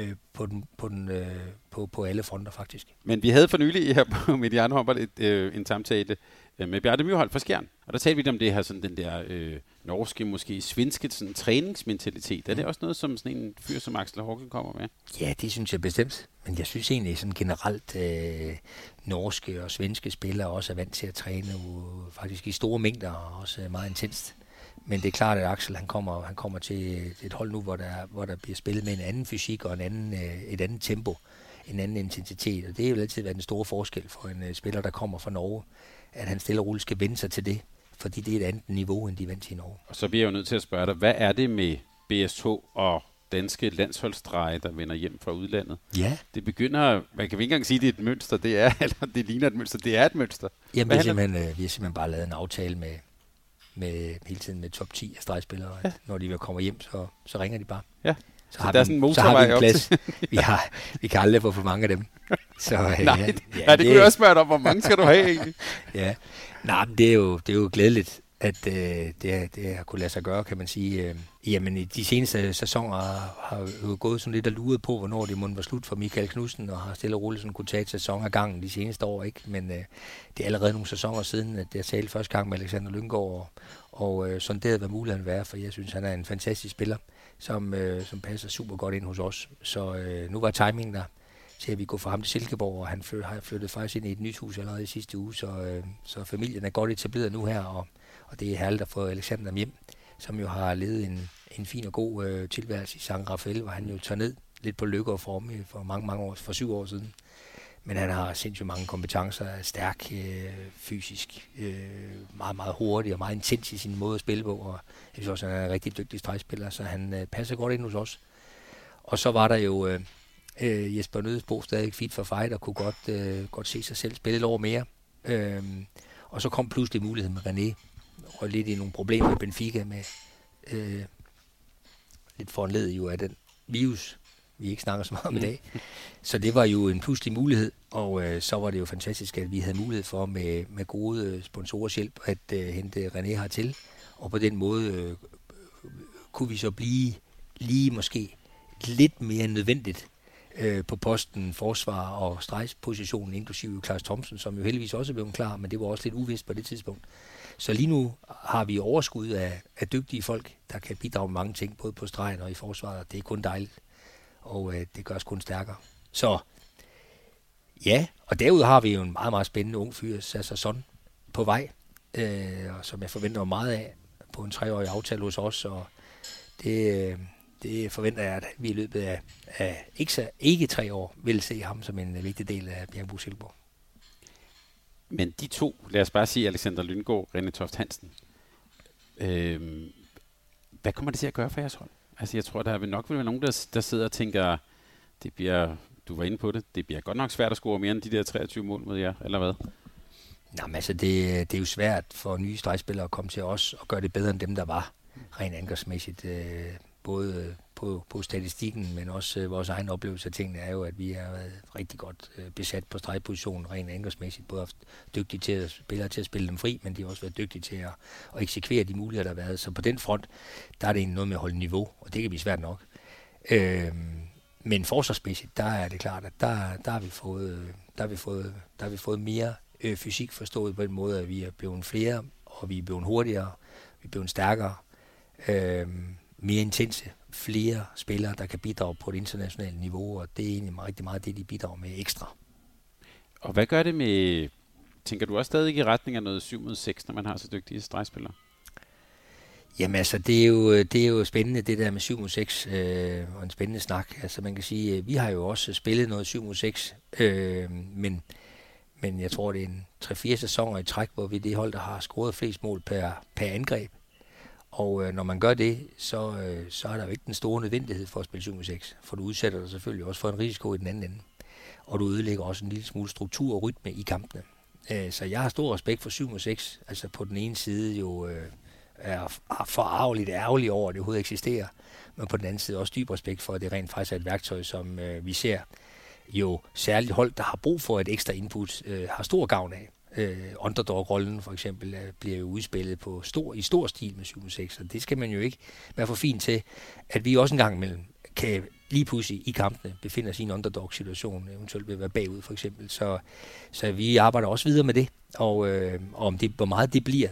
på alle fronter faktisk. Men vi havde for nylig her på Mediano Håndbold en samtale med Bjarte Myrhold fra Skjern, og der talte vi om det her, sådan den der norske, måske svenske sådan, træningsmentalitet. Er det også noget, som sådan en fyr som Axel Horgen kommer med? Ja, det synes jeg bestemt. Men jeg synes egentlig sådan generelt, norske og svenske spillere også er vant til at træne faktisk i store mængder og også meget intenst. Men det er klart, at Axel han kommer til et hold nu, hvor der bliver spillet med en anden fysik og et andet tempo, en anden intensitet. Og det er jo altid været den store forskel for en spiller, der kommer fra Norge, at han stille og roligt skal vende sig til det, fordi det er et andet niveau, end de vant til i Norge. Og så bliver jeg jo nødt til at spørge dig, hvad er det med BS2 og danske landsholdsdreje, der vender hjem fra udlandet? Ja. Det begynder, man kan ikke engang sige, at det er et mønster, eller det ligner et mønster, det er et mønster. Jamen, vi har simpelthen bare lavet en aftale med hele tiden med top 10 af stregspillere, ja. Når de kommer hjem, så ringer de bare. Ja. Så har vi en plads. Vi kan aldrig få for mange af dem. Så, nej, det kunne jeg også spørge dig om, hvor mange skal du have egentlig? Ja, nej, men det er jo glædeligt, at det har kunne lade sig gøre, kan man sige. Jamen, i de seneste sæsoner har jo gået sådan lidt og luret på, hvornår det måtte være slut for Michael Knudsen, og har stille og roligt sådan kunne tage et sæson ad gangen de seneste år, ikke? Men det er allerede nogle sæsoner siden, at jeg talte første gang med Alexander Lynggaard, og sådan det havde været muligt at være, for jeg synes, han er en fantastisk spiller, som passer super godt ind hos os. Så nu var timingen der til, at vi går fra ham til Silkeborg, og han har flyttet faktisk ind i et nyt hus allerede i sidste uge, så familien er godt etableret nu her, og det er herligt at få Alexander hjem, som jo har levet en fin og god tilværelse i San Rafael, hvor han jo tager ned lidt på lykke og form for mange år, for 7 år siden. Men han har sindssygt mange kompetencer, stærk, fysisk, meget, meget hurtig og meget intens i sin måde at spille på, og jeg synes også, at han er en rigtig dygtig stregspiller, så han passer godt ind hos os. Og så var der jo Jesper Nødesbo, stadig fit for fight, og kunne godt se sig selv spille et år mere. Og så kom pludselig muligheden med René, og lidt i nogle problemer i Benfica med lidt foranledet jo af den virus, vi ikke snakker så meget om i dag. Så det var jo en pludselig mulighed, og så var det jo fantastisk, at vi havde mulighed for med gode sponsorers hjælp at hente René hertil, og på den måde kunne vi så blive lige måske lidt mere nødvendigt på posten, forsvar og stregspositionen, inklusive Klaus Thomsen, som jo heldigvis også er blevet klar, men det var også lidt uvist på det tidspunkt. Så lige nu har vi overskud af dygtige folk, der kan bidrage med mange ting, både på stregen og i forsvaret. Det er kun dejligt, og det gør os kun stærkere. Så ja, og derudover har vi jo en meget, meget spændende ung fyr, Sasser Son, på vej, og som jeg forventer meget af på en 3-årig aftale hos os, og det forventer jeg, at vi i løbet af ikke 3 år vil se ham som en vigtig del af Bjerringbro Silkeborg. Men de to, lad os bare sige Alexander Lynggaard, René Toft Hansen, Hvad kommer det til at gøre for jeres hold? Altså, jeg tror, der vil nok være nogen, der sidder og tænker, det bliver, du var inde på det, det bliver godt nok svært at score mere end de der 23 mål mod jer, eller hvad? Jamen altså, det er jo svært for nye stregspillere at komme til os og gøre det bedre end dem, der var rent angrebsmæssigt. Både på statistikken, men også vores egen oplevelse af tingene er jo, at vi har været rigtig godt besat på stregpositionen rent angrebsmæssigt. Både haft dygtige til at spille dem fri, men de har også været dygtige til at eksekvere de muligheder, der har været. Så på den front, der er det egentlig noget med at holde niveau, og det kan blive svært nok. Men forsvarsmæssigt, der er det klart, at der har vi fået mere fysik forstået på den måde, at vi er blevet flere, og vi er blevet hurtigere, vi er blevet stærkere, mere intense, flere spillere, der kan bidrage på et internationalt niveau, og det er egentlig rigtig meget det, de bidrager med ekstra. Og hvad gør det med, tænker du også stadig i retning af noget 7 mod 6, når man har så dygtige stregspillere? Jamen altså, det er jo spændende, det der med 7 mod 6, og en spændende snak. Altså man kan sige, vi har jo også spillet noget 7 mod 6, men jeg tror, det er en 3-4 sæsoner i træk, hvor vi er det hold, der har scoret flest mål per angreb. Og når man gør det, så er der jo ikke den store nødvendighed for at spille 7 mod 6, for du udsætter dig selvfølgelig også for en risiko i den anden ende. Og du ødelægger også en lille smule struktur og rytme i kampene. Så jeg har stor respekt for 7 mod 6. Altså på den ene side jo er forarveligt ærgerlig over, at det overhovedet eksisterer, men på den anden side også dyb respekt for, at det rent faktisk er et værktøj, som vi ser jo særligt hold, der har brug for et ekstra input, har stor gavn af. Underdog-rollen for eksempel bliver jo udspillet i stor stil med 7-6, og det skal man jo ikke være for fint til, at vi også en gang imellem kan lige pludselig i kampene befinde os i en underdog-situation, eventuelt ved at være bagud for eksempel. Så vi arbejder også videre med det, og om det, hvor meget det bliver,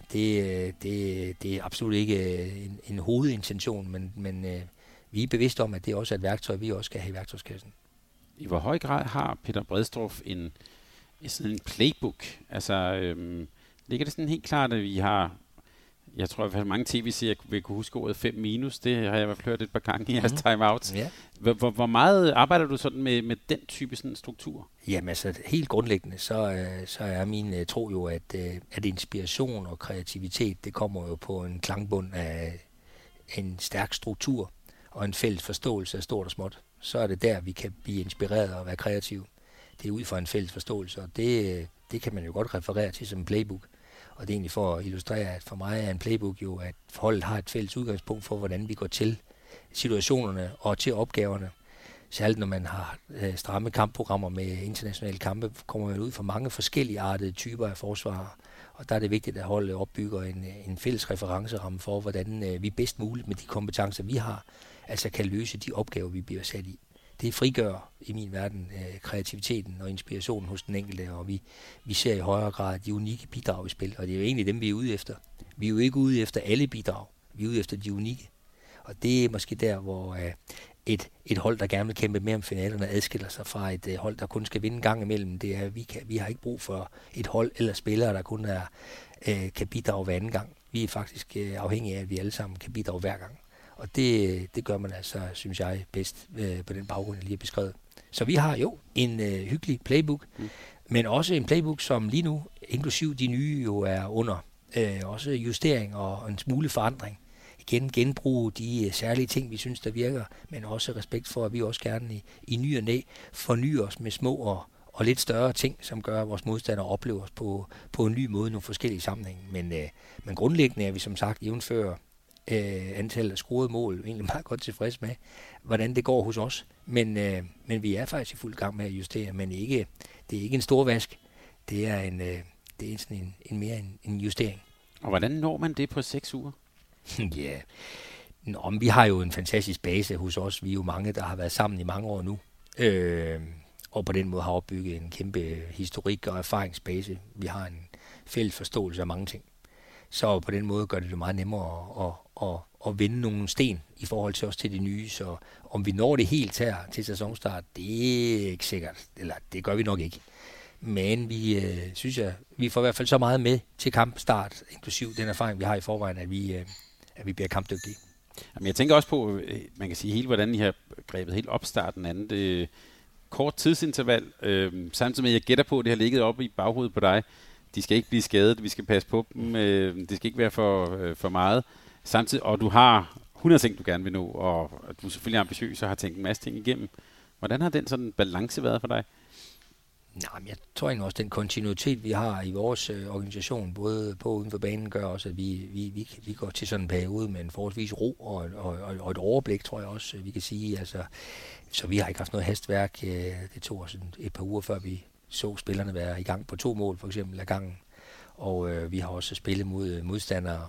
det er absolut ikke en hovedintention, men vi er bevidste om, at det også er et værktøj, vi også skal have i værktøjskassen. I hvor høj grad har Peter Bredstrup sådan en playbook? Altså, ligger det sådan helt klart, at vi har, jeg tror i hvert fald mange tv-serier vil kunne huske ordet 5 minus, det har jeg i hvert fald hørt et par gange i jeres timeouts. Ja. Hvor meget arbejder du sådan med den type sådan struktur? Jamen altså, helt grundlæggende, så er min tro jo, at inspiration og kreativitet, det kommer jo på en klangbund af en stærk struktur og en fælles forståelse af stort og småt. Så er det der, vi kan blive inspireret og være kreative. Det er ud fra en fælles forståelse, og det kan man jo godt referere til som en playbook. Og det er egentlig for at illustrere, at for mig er en playbook jo, at holdet har et fælles udgangspunkt for, hvordan vi går til situationerne og til opgaverne. Særligt når man har stramme kampprogrammer med internationale kampe, kommer man ud for mange forskellige artede typer af forsvarere. Og der er det vigtigt, at holdet opbygger en fælles referenceramme for, hvordan vi bedst muligt med de kompetencer, vi har, altså kan løse de opgaver, vi bliver sat i. Det frigør i min verden kreativiteten og inspirationen hos den enkelte, og vi ser i højere grad de unikke bidrag i spil, og det er jo egentlig dem, vi er ude efter. Vi er jo ikke ude efter alle bidrag, vi er ude efter de unikke. Og det er måske der, hvor et hold, der gerne vil kæmpe mere om finalerne, adskiller sig fra et hold, der kun skal vinde en gang imellem. Det er, vi har ikke brug for et hold eller spillere, der kun kan bidrage hver anden gang. Vi er faktisk afhængige af, at vi alle sammen kan bidrage hver gang. Og det gør man altså, synes jeg, bedst på den baggrund, jeg lige har beskrevet. Så vi har jo en hyggelig playbook, men også en playbook, som lige nu, inklusiv de nye, jo er under også justering og en smule forandring. Igen genbruge de særlige ting, vi synes, der virker, men også respekt for, at vi også gerne i ny og næ fornyer os med små og lidt større ting, som gør, at vores modstandere oplever os på en ny måde i nogle forskellige sammenhænge. Men grundlæggende er vi som sagt jævnfører antallet af scorede mål egentlig meget godt tilfreds med, hvordan det går hos os. Men vi er faktisk i fuld gang med at justere, men det er ikke en stor vask. Det er sådan en justering. Og hvordan når man det på 6 uger? Ja, men vi har jo en fantastisk base hos os. Vi er jo mange, der har været sammen i mange år nu. Og på den måde har opbygget en kæmpe historik og erfaringsbase. Vi har en fælles forståelse af mange ting. Så på den måde gør det meget nemmere at vende nogle sten i forhold til os til det nye. Så om vi når det helt her til sæsonstart, det er ikke sikkert. Eller det gør vi nok ikke. Men vi synes, at vi får i hvert fald så meget med til kampstart, inklusiv den erfaring, vi har i forvejen, at vi bliver kampdygtige. Jamen, jeg tænker også på, man kan sige hele, hvordan I har grebet helt opstarten an. Det kort tidsinterval, samtidig med, at jeg gætter på, at det har ligget oppe i baghovedet på dig. De skal ikke blive skadet, vi skal passe på dem, det skal ikke være for meget. Samtidig, og du har 100 ting, du gerne vil nå, og du er selvfølgelig ambitiøs og har tænkt en masse ting igennem. Hvordan har den sådan balance været for dig? Nej, men jeg tror egentlig også, den kontinuitet, vi har i vores organisation, både på og uden for banen, gør også, at vi går til sådan en periode med en forholdsvis ro og et overblik, tror jeg også, vi kan sige. Altså, så vi har ikke haft noget hastværk. Det tog os et par uger, før vi så spillerne være i gang på 2 mål, for eksempel, ad gangen. Og vi har også spillet mod modstandere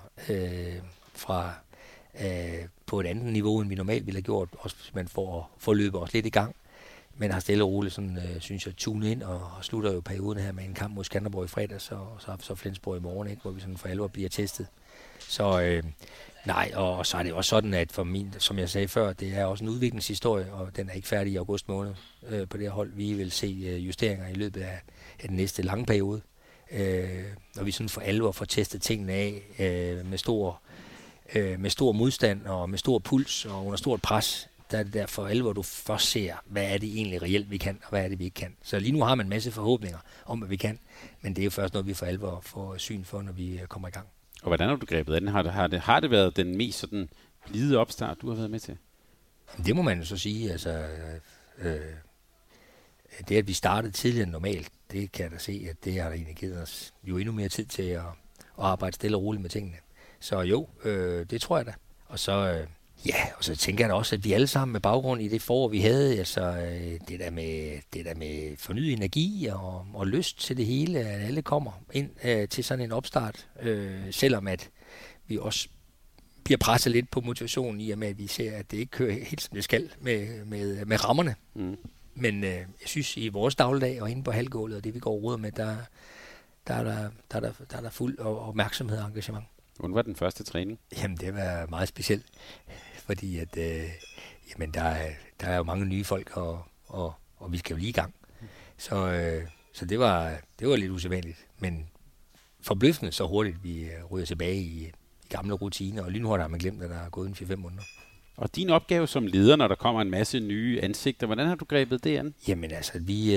på et andet niveau, end vi normalt ville have gjort, også man får løbet os lidt i gang. Men har stille og roligt, sådan, synes jeg, tunet ind, og slutter jo perioden her med en kamp mod Skanderborg i fredags, og så Flensborg i morgen, ikke, hvor vi sådan for alvor bliver testet. Så nej, og så er det også sådan, at for min, som jeg sagde før, det er også en udviklingshistorie, og den er ikke færdig i august måned på det her hold. Vi vil se justeringer i løbet af den næste lange periode, når vi sådan for alvor får testet tingene af med stor modstand og med stor puls og under stort pres. Der er det der for alvor, du først ser, hvad er det egentlig reelt, vi kan, og hvad er det, vi ikke kan. Så lige nu har man en masse forhåbninger om, hvad vi kan, men det er jo først noget, vi for alvor får syn for, når vi kommer i gang. Og hvordan har du grebet an? Har det været den mest sådan blide opstart, du har været med til? Det må man jo så sige. Altså, det, at vi startede tidligere end normalt, det kan jeg da se, at det har egentlig givet os jo endnu mere tid til at arbejde stille og roligt med tingene. Så jo, det tror jeg da. Og så... Ja, og så tænker jeg da også, at vi alle sammen med baggrund i det forår, vi havde, altså det der med fornyet energi og lyst til det hele, at alle kommer ind til sådan en opstart, selvom at vi også bliver presset lidt på motivationen i og med, at vi ser, at det ikke kører helt som det skal med rammerne. Mm. Men jeg synes, i vores dagligdag og inde på halvgålet og det, vi går og ruder med, der er der fuld opmærksomhed og engagement. Hvordan var den første træning? Jamen, det var meget specielt, fordi at, jamen, der er jo mange nye folk, og vi skal jo lige i gang. Så det var lidt usædvanligt, men forbløffende så hurtigt, vi ryger tilbage i gamle rutiner, og lige nu har man glemt, at der er gået 4-5 måneder. Og din opgave som leder, når der kommer en masse nye ansigter, hvordan har du grebet det an? Jamen altså, vi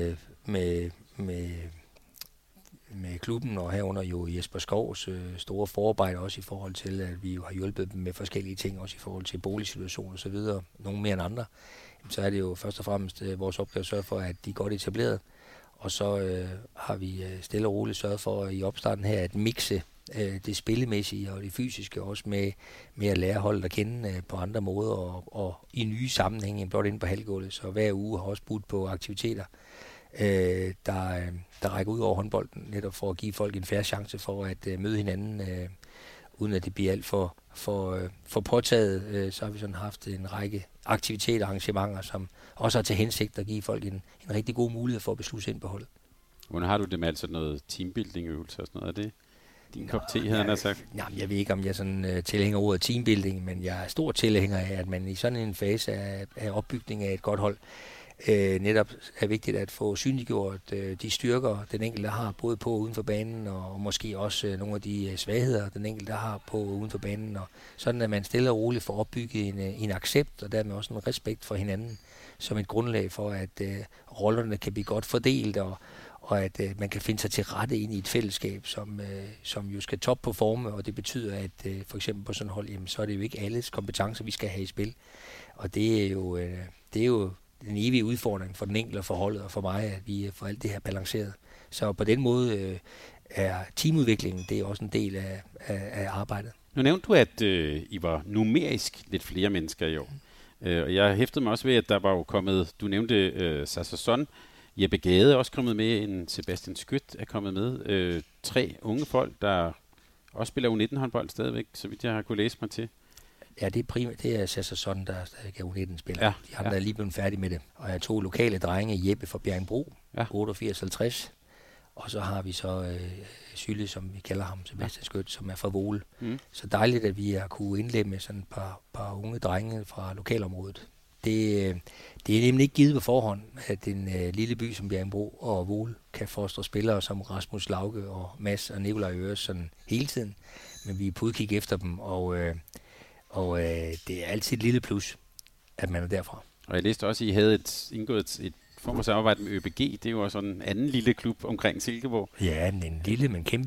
med klubben, og herunder jo Jesper Skovs store forarbejde også i forhold til, at vi jo har hjulpet dem med forskellige ting, også i forhold til boligsituationen og så videre, nogle mere end andre, så er det jo først og fremmest vores opgave at sørge for, at de er godt etableret, og så har vi stille og roligt sørget for i opstarten her at mixe det spillemæssige og det fysiske, også med at lære holdet at kende på andre måder og i nye sammenhænge end blot inde på halvgulvet, så hver uge har også budt på aktiviteter, der rækker ud over håndbolden, netop for at give folk en fair chance for at møde hinanden, uden at det bliver alt for påtaget. Så har vi sådan haft en række aktiviteter og arrangementer, som også har til hensigt at give folk en rigtig god mulighed for at beslutte sig ind på holdet. Hvordan har du det med altså noget teambuilding-øvelse og sådan noget? Er det din kop te, havde han sagt? Jamen, jeg ved ikke, om jeg sådan tilhænger ordet teambuilding, men jeg er stor tilhænger af, at man i sådan en fase af opbygning af et godt hold, netop er vigtigt at få synliggjort de styrker, den enkelte har, både på og uden for banen, og måske også nogle af de svagheder, den enkelte har på og uden for banen, og sådan at man stille og roligt får opbygget en accept, og dermed også en respekt for hinanden, som et grundlag for, at rollerne kan blive godt fordelt, og at man kan finde sig til rette ind i et fællesskab, som jo skal top på forme, og det betyder, at for eksempel på sådan et hold, jamen, så er det jo ikke alles kompetencer, vi skal have i spil, og det er jo den evige udfordring for den enkelte og for holdet og for mig, at vi får alt det her balanceret. Så på den måde er teamudviklingen, det er også en del af arbejdet. Nu nævnte du, at I var numerisk lidt flere mennesker i år. Og jeg hæftede mig også ved, at der var jo kommet, du nævnte Sasson, Jeppe Gade er også kommet med, en Sebastian Skyt er kommet med. 3 unge folk, der også spiller U19-håndbold stadigvæk, så vidt jeg har kunne læse mig til. Ja, det er Sasson, der stadig er U19-spiller. Ja, de andre er lige blevet færdige med det. Og jeg tog lokale drenge, Jeppe fra Bjerringbro, 88-50. Og så har vi så Sylle, som vi kalder ham, Sebastian Skyt, som er fra Vole. Mm. Så dejligt, at vi har kunne indlemme sådan et par unge drenge fra lokalområdet. Det er nemlig ikke givet på forhånd, at en lille by som Bjerringbro og Vole kan fostre spillere som Rasmus Lauke og Mads og Nikolaj Øres sådan hele tiden. Men vi er på udkig efter dem, og det er altid et lille plus, at man er derfra. Og jeg læste også, at I havde indgået et form for samarbejde med ÖBG. Det er jo også en anden lille klub omkring Silkeborg. Ja, en lille, men kæmpe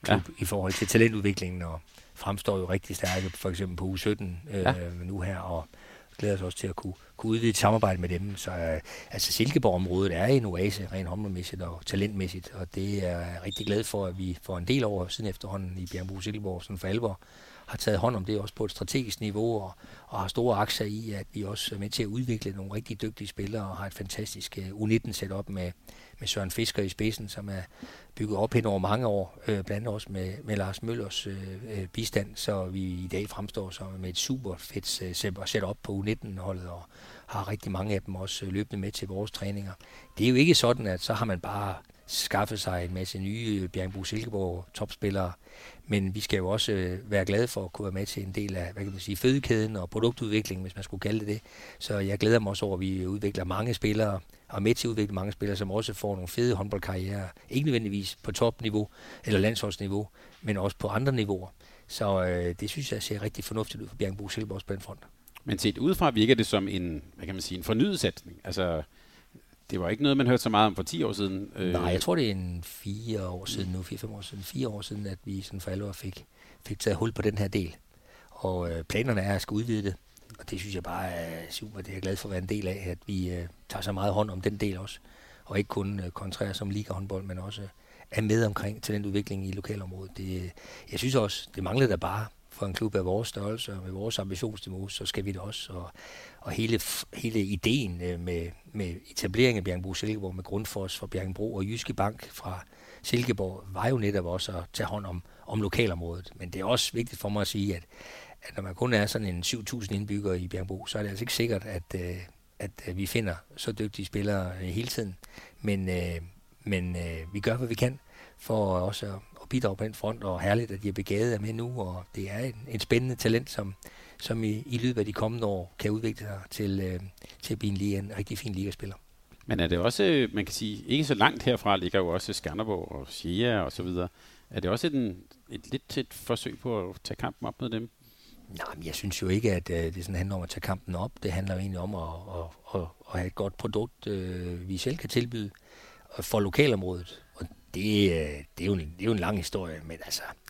klub i forhold til talentudviklingen, og fremstår jo rigtig stærke, for eksempel på U17 nu her, og glæder os også til at kunne udvide et samarbejde med dem. Så altså Silkeborg-området er en oase, rent håndboldmæssigt og talentmæssigt, og det er jeg rigtig glad for, at vi for en del år siden efterhånden i Bjerringbro-Silkeborg sådan for alvor har taget hånd om det også på et strategisk niveau, og har store aktier i, at vi også er med til at udvikle nogle rigtig dygtige spillere, og har et fantastisk U19-setup med Søren Fisker i spidsen, som er bygget op hen over mange år, blandt andet også med Lars Møllers bistand, så vi i dag fremstår som med et super fedt setup på U19-holdet, og har rigtig mange af dem også løbende med til vores træninger. Det er jo ikke sådan, at så har man bare skaffet sig en masse nye Bjerringbro-Silkeborg topspillere, men vi skal jo også være glade for at kunne være med til en del af, hvad kan man sige, fødekæden og produktudviklingen, hvis man skulle kalde det. Så jeg glæder mig også over, at vi udvikler mange spillere, og med til at udvikle mange spillere, som også får nogle fede håndboldkarrierer. Ikke nødvendigvis på topniveau eller landsholdsniveau, men også på andre niveauer. Så det synes jeg ser rigtig fornuftigt ud for Bjerringbro-Silkeborg på den front. Men set udefra virker det som en, hvad kan man sige, en fornyet satsning. Altså, det var ikke noget, man hørte så meget om for 10 år siden. Nej, jeg tror, det er 4 år siden nu, 4-5 år siden, 4 år siden, at vi sådan for alvor fik taget hul på den her del. Og planerne er at skal udvide det, og det synes jeg bare er super. Det er jeg glad for at være en del af, at vi tager så meget hånd om den del også. Og ikke kun koncentrerer som liga-håndbold, men også er med omkring talentudvikling i lokalområdet. Jeg synes også, det mangler der bare for en klub af vores størrelse og med vores ambitionsniveau, så skal vi det også. Og hele ideen med etableringen af Bjerringbro-Silkeborg med Grundfos fra Bjerringbro og Jyske Bank fra Silkeborg, var jo netop også at tage hånd om lokalområdet. Men det er også vigtigt for mig at sige, at når man kun er sådan en 7.000 indbyggere i Bjerringbro, så er det altså ikke sikkert, at vi finder så dygtige spillere hele tiden. Men vi gør, hvad vi kan for også at bidrage på den front, og herligt, at Jeppe Gade er med nu, og det er et spændende talent, som i løbet af de kommende år kan udvikle sig til at blive en rigtig fin ligaspiller. Men er det også, man kan sige, ikke så langt herfra ligger jo også Skanderborg og Sjære og så videre. Er det også et forsøg på at tage kampen op med dem? Nej, men jeg synes jo ikke, at det sådan handler om at tage kampen op. Det handler jo egentlig om at have et godt produkt, vi selv kan tilbyde for lokalområdet. Og det er jo en lang historie, men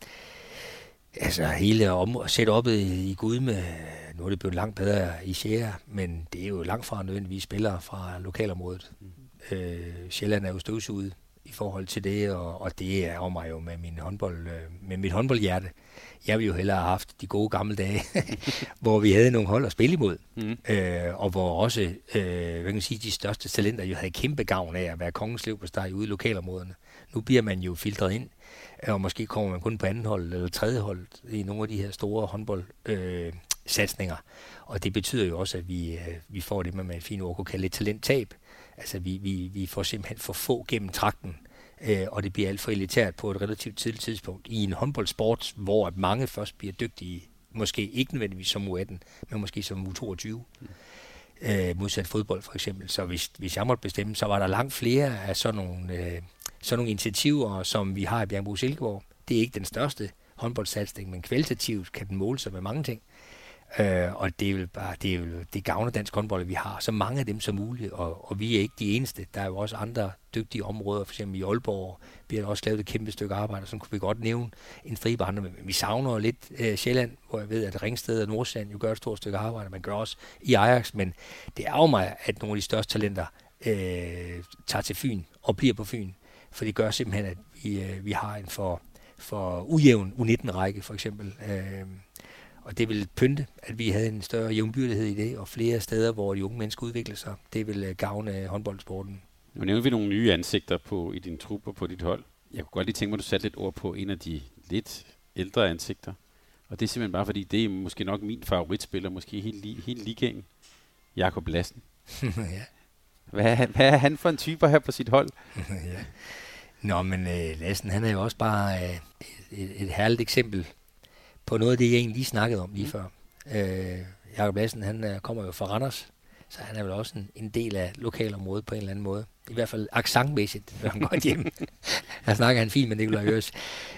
altså hele setup'et i Gudme, nu er det blevet langt bedre i Sjære, men det er jo langt fra nødvendigvis spillere fra lokalområdet. Sjælland er jo støvsuget i forhold til det, og det er jo mig jo med mit håndboldhjerte. Jeg ville jo hellere have haft de gode gamle dage, hvor vi havde nogle hold at spille imod, og hvor også hvad kan man sige, de største talenter jo havde kæmpe gavn af at være kongens leverpostej ude i lokalområderne. Nu bliver man jo filtreret ind, og måske kommer man kun på anden hold eller tredje hold i nogle af de her store håndboldsatsninger. Og det betyder jo også, at vi får det, man med et fint ord kunne kalde et talenttab. Altså vi får simpelthen for få gennem trakten, og det bliver alt for elitært på et relativt tidligt tidspunkt i en håndboldsport, hvor mange først bliver dygtige, måske ikke nødvendigvis som U18, men måske som U22. Modsat fodbold for eksempel. Så hvis jeg måtte bestemme, så var der langt flere af sådan nogle initiativer, som vi har i Bjerringbro-Silkeborg. Det er ikke den største håndboldsatsning, men kvalitativt kan den måle sig med mange ting. Og det gavner dansk håndbold, at vi har så mange af dem som muligt, og vi er ikke de eneste. Der er jo også andre dygtige områder, for eksempel i Aalborg bliver der også lavet et kæmpe stykke arbejde, og så kunne vi godt nævne en stribe andre, men vi savner lidt Sjælland, hvor jeg ved, at Ringsted og Nordsjælland jo gør et stort stykke arbejde, man gør også i Ajax, men det er jo mig, at nogle af de største talenter tager til Fyn og bliver på Fyn, for det gør simpelthen, at vi har en for ujævn U19-række for eksempel. Og det vil pynte, at vi havde en større jævnbyrdighed i det, og flere steder, hvor de unge mennesker udvikler sig. Det vil gavne håndboldsporten. Nu nævner vi nogle nye ansigter i din trup og på dit hold. Jeg kunne godt lige tænke mig, at du satte lidt ord på en af de lidt ældre ansigter. Og det er simpelthen bare, fordi det er måske nok min favoritspiller, måske helt ligaen. Jakob Lassen. Ja. Hvad er han for en type her på sit hold? Ja. Nå, men Lassen, han er jo også bare et herligt eksempel på noget af det, jeg egentlig lige snakkede om lige før. Jakob Lassen, han kommer jo fra Randers, så han er vel også en del af lokalområdet på en eller anden måde. I hvert fald accentmæssigt, når han går hjem. Der snakker han fint med Nikolaj Øres.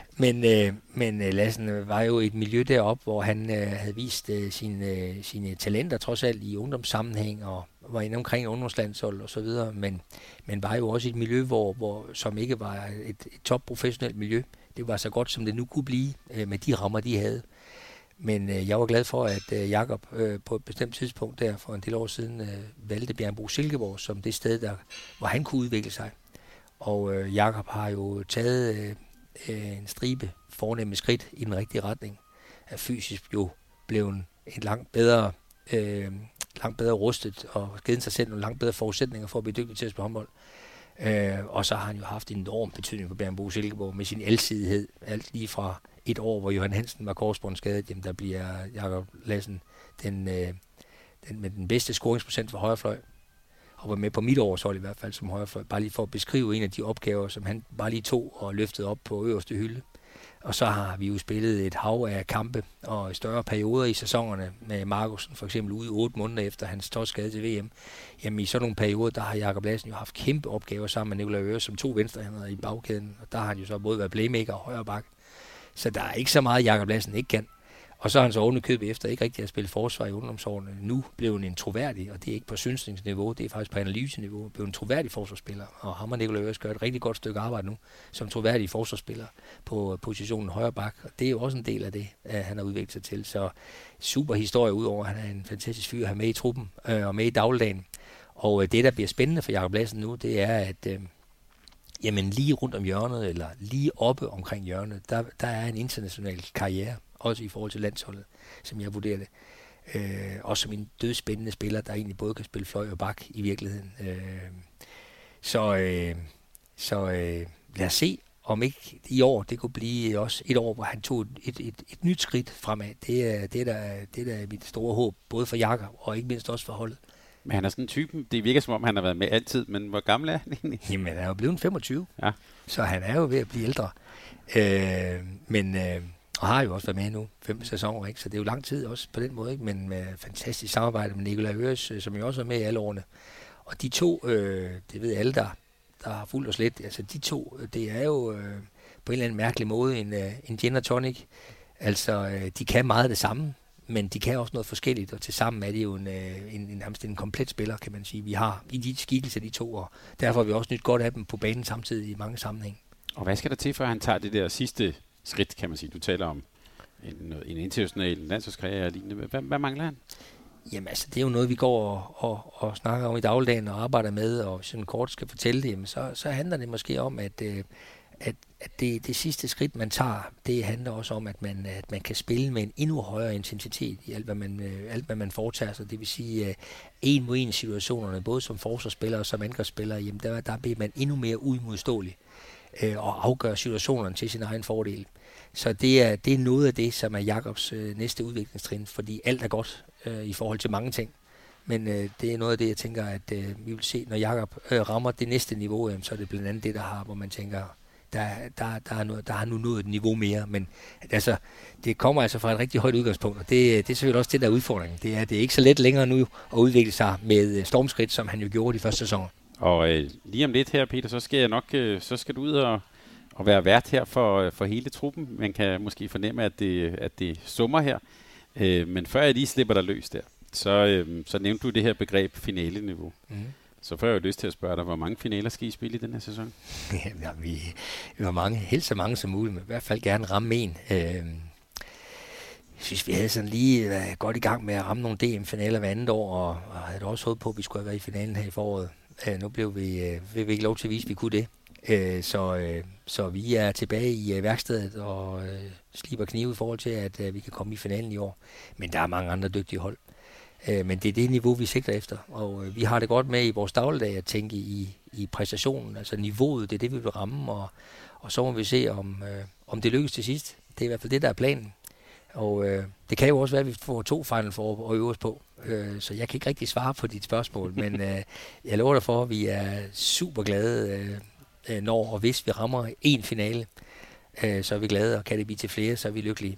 Men Lassen var jo et miljø deroppe, hvor han havde vist sine talenter, trods alt i ungdomssammenhæng, og var inde omkring ungdomslandshold og så videre, men var jo også et miljø, som ikke var et topprofessionelt miljø. Det var så godt, som det nu kunne blive med de rammer, de havde. Men jeg var glad for, at Jakob på et bestemt tidspunkt der for en del år siden valgte Bjerringbro-Silkeborg som det sted, hvor han kunne udvikle sig. Og Jakob har jo taget en stribe fornemme skridt i den rigtige retning. Er fysisk jo blevet en langt bedre rustet og givet sig selv nogle langt bedre forudsætninger for at blive dygtig til at spille håndbold. Og så har han jo haft en enorm betydning for Bjerringbro-Silkeborg med sin alsidighed. Alt lige fra et år, hvor Johan Hansen var korsbåndsskadet, jamen der bliver Jakob Lassen den med den bedste scoringsprocent for højrefløj. Og var med på mit årshold i hvert fald som højrefløj. Bare lige for at beskrive en af de opgaver, som han bare lige tog og løftede op på øverste hylde. Og så har vi jo spillet et hav af kampe og større perioder i sæsonerne med Markusen, for eksempel ude 8 måneder efter hans tårskade til VM. Jamen i sådan nogle perioder, der har Jakob Lassen jo haft kæmpe opgaver sammen med Nikolaj Øre som 2 venstrehænder i bagkæden. Og der har han jo så både været playmaker og højre bak. Så der er ikke så meget, Jakob Lassen ikke kan. Og så har han så ovenikøbet efter ikke rigtig at spille forsvar i ungdomsårene. Nu blev han en troværdig, og det er ikke på synsningsniveau, det er faktisk på analyseniveau, blev en troværdig forsvarsspiller. Og ham og Nikolaj Øres gør et rigtig godt stykke arbejde nu, som troværdig forsvarsspiller på positionen højre bak. Og det er jo også en del af det, han har udviklet sig til. Så super historie udover, at han er en fantastisk fyr at have med i truppen og med i dagligdagen. Og det, der bliver spændende for Jakob Lassen nu, det er, at jamen lige rundt om hjørnet, eller lige oppe omkring hjørnet, der er en international karriere. Også i forhold til landsholdet, som jeg vurderer det. Også som en dødspændende spiller, der egentlig både kan spille fløj og bak i virkeligheden. Så lad os se, om ikke i år, det kunne blive også et år, hvor han tog et nyt skridt fremad. Det er mit store håb, både for Jakob og ikke mindst også for holdet. Men han er sådan en type, det virker som om, han har været med altid, men hvor gammel er han egentlig? Jamen, han er jo blevet 25, ja. Så han er jo ved at blive ældre. Og har jo også været med nu, 5 sæsoner, ikke? Så det er jo lang tid også på den måde, ikke? Men med fantastisk samarbejde med Nikolaj Øres, som jo også er med i alle årene. Og de to, det ved alle, der har fulgt os lidt, altså de to, det er jo på en eller anden mærkelig måde en gin og tonic. Altså, de kan meget det samme, men de kan også noget forskelligt, og tilsammen er det jo nærmest en komplet spiller, kan man sige. Vi har i de skikkelser de to, og derfor har vi også nyt godt af dem på banen samtidig i mange sammenhæng. Og hvad skal der til, for han tager det der sidste skridt, kan man sige? Du taler om en international landsholdskarriere og lignende. Hvad mangler han? Jamen altså, det er jo noget, vi går og snakker om i dagligdagen og arbejder med, og hvis sådan kort skal fortælle det, jamen, så handler det måske om, at det sidste skridt, man tager, det handler også om, at man kan spille med en endnu højere intensitet i alt, hvad man foretager sig. Det vil sige, 1-mod-1 situationerne, både som forsvarsspiller og som angrebsspiller, jamen der bliver man endnu mere uimodståelig og afgør situationerne til sin egen fordel. Så det er noget af det, som er Jakobs næste udviklingstrin, fordi alt er godt i forhold til mange ting. Men det er noget af det, jeg tænker, at vi vil se, når Jakob rammer det næste niveau, så er det blandt andet det, der har, hvor man tænker, der har nu nået et niveau mere. Men altså, det kommer altså fra et rigtig højt udgangspunkt, og det er selvfølgelig også det, der er udfordringen. Det er ikke så let længere nu at udvikle sig med stormskridt, som han jo gjorde de første sæsoner. Og lige om lidt her, Peter, så skal du ud og være vært her for hele truppen. Man kan måske fornemme, at det summer her. Men før jeg lige slipper dig løs der, så nævnte du det her begreb finaleniveau. Så får jeg jo lyst til at spørge dig, hvor mange finaler skal I spille i den her sæson? Ja, vi var mange, helst så mange som muligt, men i hvert fald gerne ramme en. Jeg synes, vi havde sådan lige været godt i gang med at ramme nogle DM-finaler hver andet år, og havde også håbet på, at vi skulle have været i finalen her i foråret. Nu blev vi ikke lov til at vise, at vi kunne det. Så vi er tilbage i værkstedet og sliber knive i forhold til, at vi kan komme i finalen i år. Men der er mange andre dygtige hold. Men det er det niveau, vi sigter efter. Og vi har det godt med i vores dagligdag at tænke i præstationen. Altså niveauet, det er det, vi vil ramme. Og så må vi se, om det lykkes til sidst. Det er i hvert fald det, der er planen. Og det kan jo også være, at vi får 2 Final Four at øve os på. Så jeg kan ikke rigtig svare på dit spørgsmål. Men jeg lover dig for, at vi er super glade, når og hvis vi rammer en finale. Så er vi glade, og kan det blive til flere, så er vi lykkelige.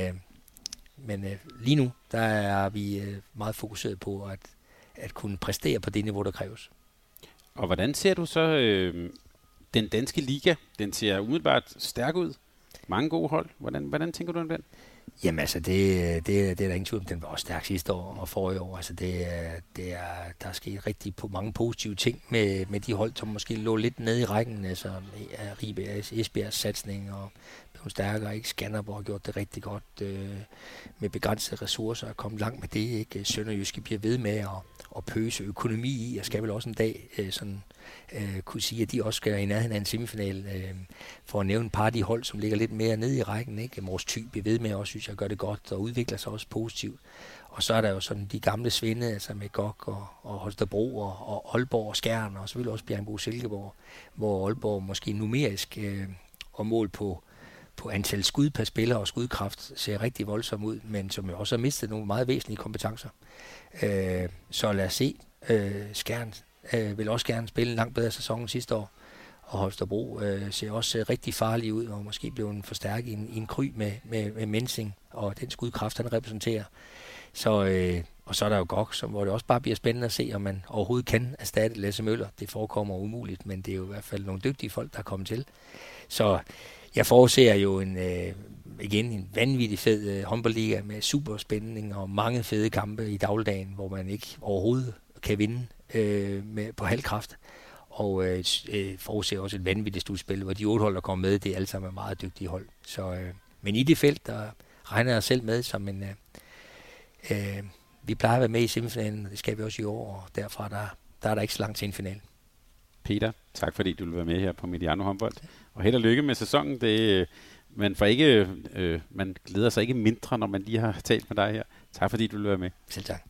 Men lige nu, der er vi meget fokuseret på at kunne præstere på det niveau, der kræves. Og hvordan ser du så den danske liga? Den ser umiddelbart stærk ud. Mange gode hold. Hvordan tænker du om den? Jamen altså, det er der ingen tvivl om. Den var også stærk sidste år og forrige år. Altså, der er sket rigtig mange positive ting med de hold, som måske lå lidt nede i rækken. Altså, Ribe, Esbjergs satsning og blev stærkere. Ikke? Skanderborg har gjort det rigtig godt med begrænsede ressourcer og kommet langt med det. Ikke? Sønderjyske bliver ved med at pøse økonomi i, og skal vel også en dag kunne sige, at de også skal i nærheden af en semifinal. For at nævne et par af de hold, som ligger lidt mere nede i rækken. Ikke? Mors Thy bliver ved med også, synes jeg, gør det godt og udvikler sig også positivt. Og så er der jo sådan de gamle svinde, altså med GOG og Holstebro og Aalborg og Skjern, og selvfølgelig også Bjerringbro-Silkeborg, hvor Aalborg måske numerisk og mål på antal skud per spiller og skudkraft ser rigtig voldsom ud, men som jo også har mistet nogle meget væsentlige kompetencer. Så lad os se. Skjern vil også gerne spille en langt bedre sæson end sidste år, og Holstebro ser også rigtig farlig ud, og måske blev en forstærket i en kry med Mensing, og den skudkraft, han repræsenterer. Så, og så er der jo GOG, hvor det også bare bliver spændende at se, om man overhovedet kan erstatte Lasse Møller. Det forekommer umuligt, men det er jo i hvert fald nogle dygtige folk, der er kommet til. Så jeg forudser jo en vanvittig fed håndboldliga med superspænding og mange fede kampe i dagligdagen, hvor man ikke overhovedet kan vinde på halv kraft. Og forudser også et vanvittigt slutspil, hvor de 8 hold, der kommer med, det er alle sammen meget dygtige hold. Så, men i det felt, der regner jeg selv med som en... vi plejer at være med i semifinalen, og det skal vi også i år, og derfra der er der ikke så langt til en final. Peter, tak fordi du vil være med her på Mediano Håndbold. Og held og lykke med sæsonen. Man glæder sig ikke mindre, når man lige har talt med dig her. Tak fordi du vil være med. Selv tak.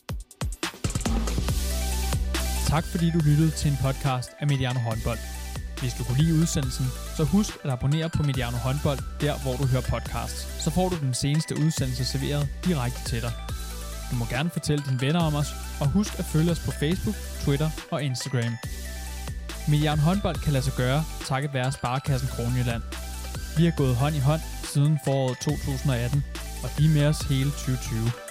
Tak fordi du lyttede til en podcast af Mediano Håndbold. Hvis du kunne lide udsendelsen, så husk at abonnere på Mediano Håndbold, der hvor du hører podcasts. Så får du den seneste udsendelse serveret direkte til dig. Du må gerne fortælle dine venner om os, og husk at følge os på Facebook, Twitter og Instagram. Mediano Håndbold kan lade sig gøre, takket være Sparekassen Kronjylland. Vi har gået hånd i hånd siden foråret 2018, og de er med os hele 2020.